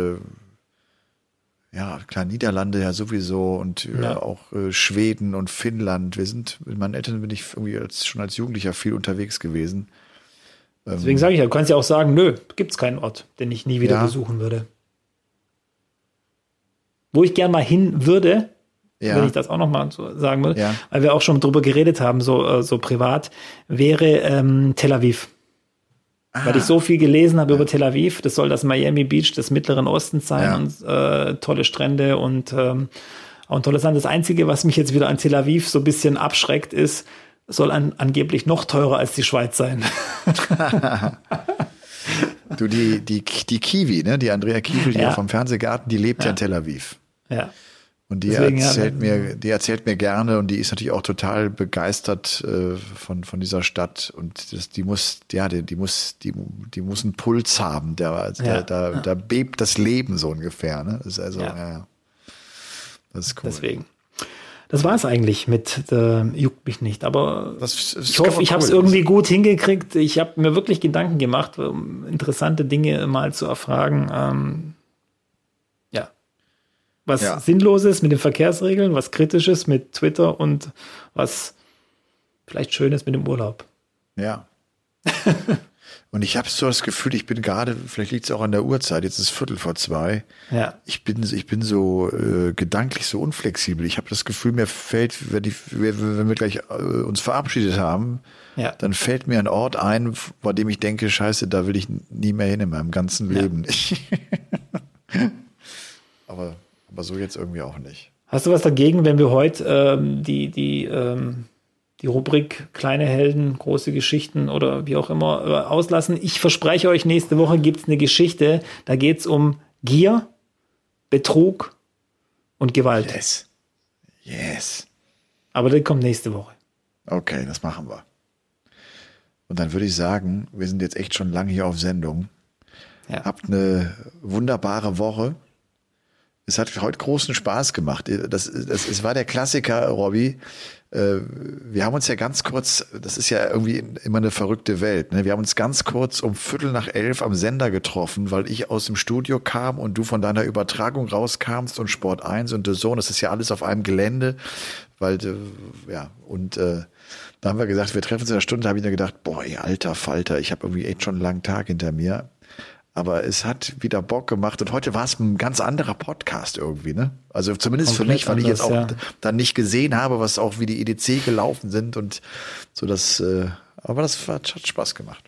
klar, Niederlande ja sowieso und auch Schweden und Finnland. Mit meinen Eltern bin ich irgendwie schon als Jugendlicher viel unterwegs gewesen. Deswegen sage ich ja, du kannst ja auch sagen, nö, gibt's keinen Ort, den ich nie wieder besuchen würde. Wo ich gern mal hin würde, wenn ich das auch noch mal so sagen würde, weil wir auch schon drüber geredet haben, so privat, wäre Tel Aviv. Weil ich so viel gelesen habe über Tel Aviv. Das soll das Miami Beach des Mittleren Ostens sein und tolle Strände und auch ein tolles Land. Das Einzige, was mich jetzt wieder an Tel Aviv so ein bisschen abschreckt, ist, soll angeblich noch teurer als die Schweiz sein. Du, die Kiwi, ne? Die Andrea Kiewel hier vom Fernsehgarten, die lebt ja in Tel Aviv. Ja. Und die erzählt mir gerne, und die ist natürlich auch total begeistert von dieser Stadt, und die muss einen Puls haben, da bebt das Leben so ungefähr, ne? Das ist also, das ist cool. Deswegen. Das war es eigentlich mit Juckt mich nicht, aber ich hoffe, ich habe es irgendwie gut hingekriegt. Ich habe mir wirklich Gedanken gemacht, um interessante Dinge mal zu erfragen. Was Sinnloses mit den Verkehrsregeln, was Kritisches mit Twitter und was vielleicht Schönes mit dem Urlaub. Ja. Und ich habe so das Gefühl, ich bin gerade, vielleicht liegt es auch an der Uhrzeit, jetzt ist 1:45. Ja. Ich bin so gedanklich so unflexibel. Ich habe das Gefühl, mir fällt, wenn wir gleich uns verabschiedet haben, dann fällt mir ein Ort ein, bei dem ich denke, scheiße, da will ich nie mehr hin in meinem ganzen Leben. Aber so jetzt irgendwie auch nicht. Hast du was dagegen, wenn wir heute die Rubrik Kleine Helden, große Geschichten oder wie auch immer auslassen? Ich verspreche euch, nächste Woche gibt es eine Geschichte, da geht es um Gier, Betrug und Gewalt. Yes. Aber das kommt nächste Woche. Okay, das machen wir. Und dann würde ich sagen, wir sind jetzt echt schon lange hier auf Sendung. Ja. Habt eine wunderbare Woche. Es hat heute großen Spaß gemacht. Es war der Klassiker, Robby. Wir haben uns ja ganz kurz, das ist ja irgendwie immer eine verrückte Welt, ne? Wir haben uns ganz kurz um 11:15 am Sender getroffen, weil ich aus dem Studio kam und du von deiner Übertragung rauskamst und Sport 1 und DAZN, das ist ja alles auf einem Gelände, weil, da haben wir gesagt, wir treffen uns in einer Stunde, da habe ich mir gedacht, boah, ey, alter Falter, ich habe irgendwie echt schon einen langen Tag hinter mir. Aber es hat wieder Bock gemacht, und heute war es ein ganz anderer Podcast irgendwie, ne? Also zumindest komplett für mich, weil ich jetzt auch dann nicht gesehen habe, was auch wie die EDC gelaufen sind und so, aber das hat Spaß gemacht.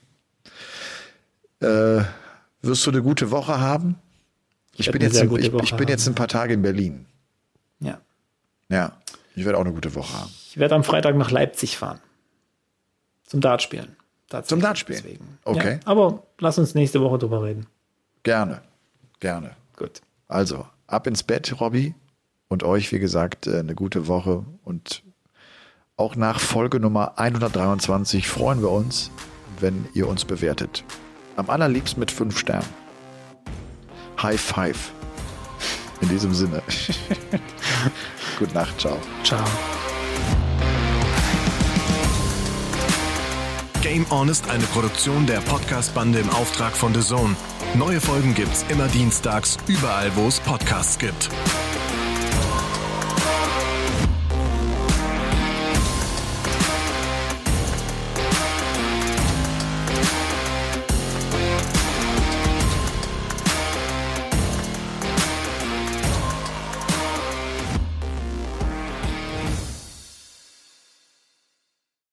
Wirst du eine gute Woche haben? Ich bin jetzt ein paar Tage in Berlin. Ja. Ja, ich werde auch eine gute Woche haben. Ich werde am Freitag nach Leipzig fahren. Zum Dartspielen. Zum Dartspielen? Deswegen. Okay. Ja, aber lass uns nächste Woche drüber reden. Gerne. Gut. Also, ab ins Bett, Robby. Und euch, wie gesagt, eine gute Woche. Und auch nach Folge Nummer 123 freuen wir uns, wenn ihr uns bewertet. Am allerliebsten mit 5 Sternen. High Five. In diesem Sinne. Gute Nacht. Ciao. Ciao. Game On ist eine Produktion der Podcast-Bande im Auftrag von DAZN. Neue Folgen gibt's immer dienstags, überall wo es Podcasts gibt.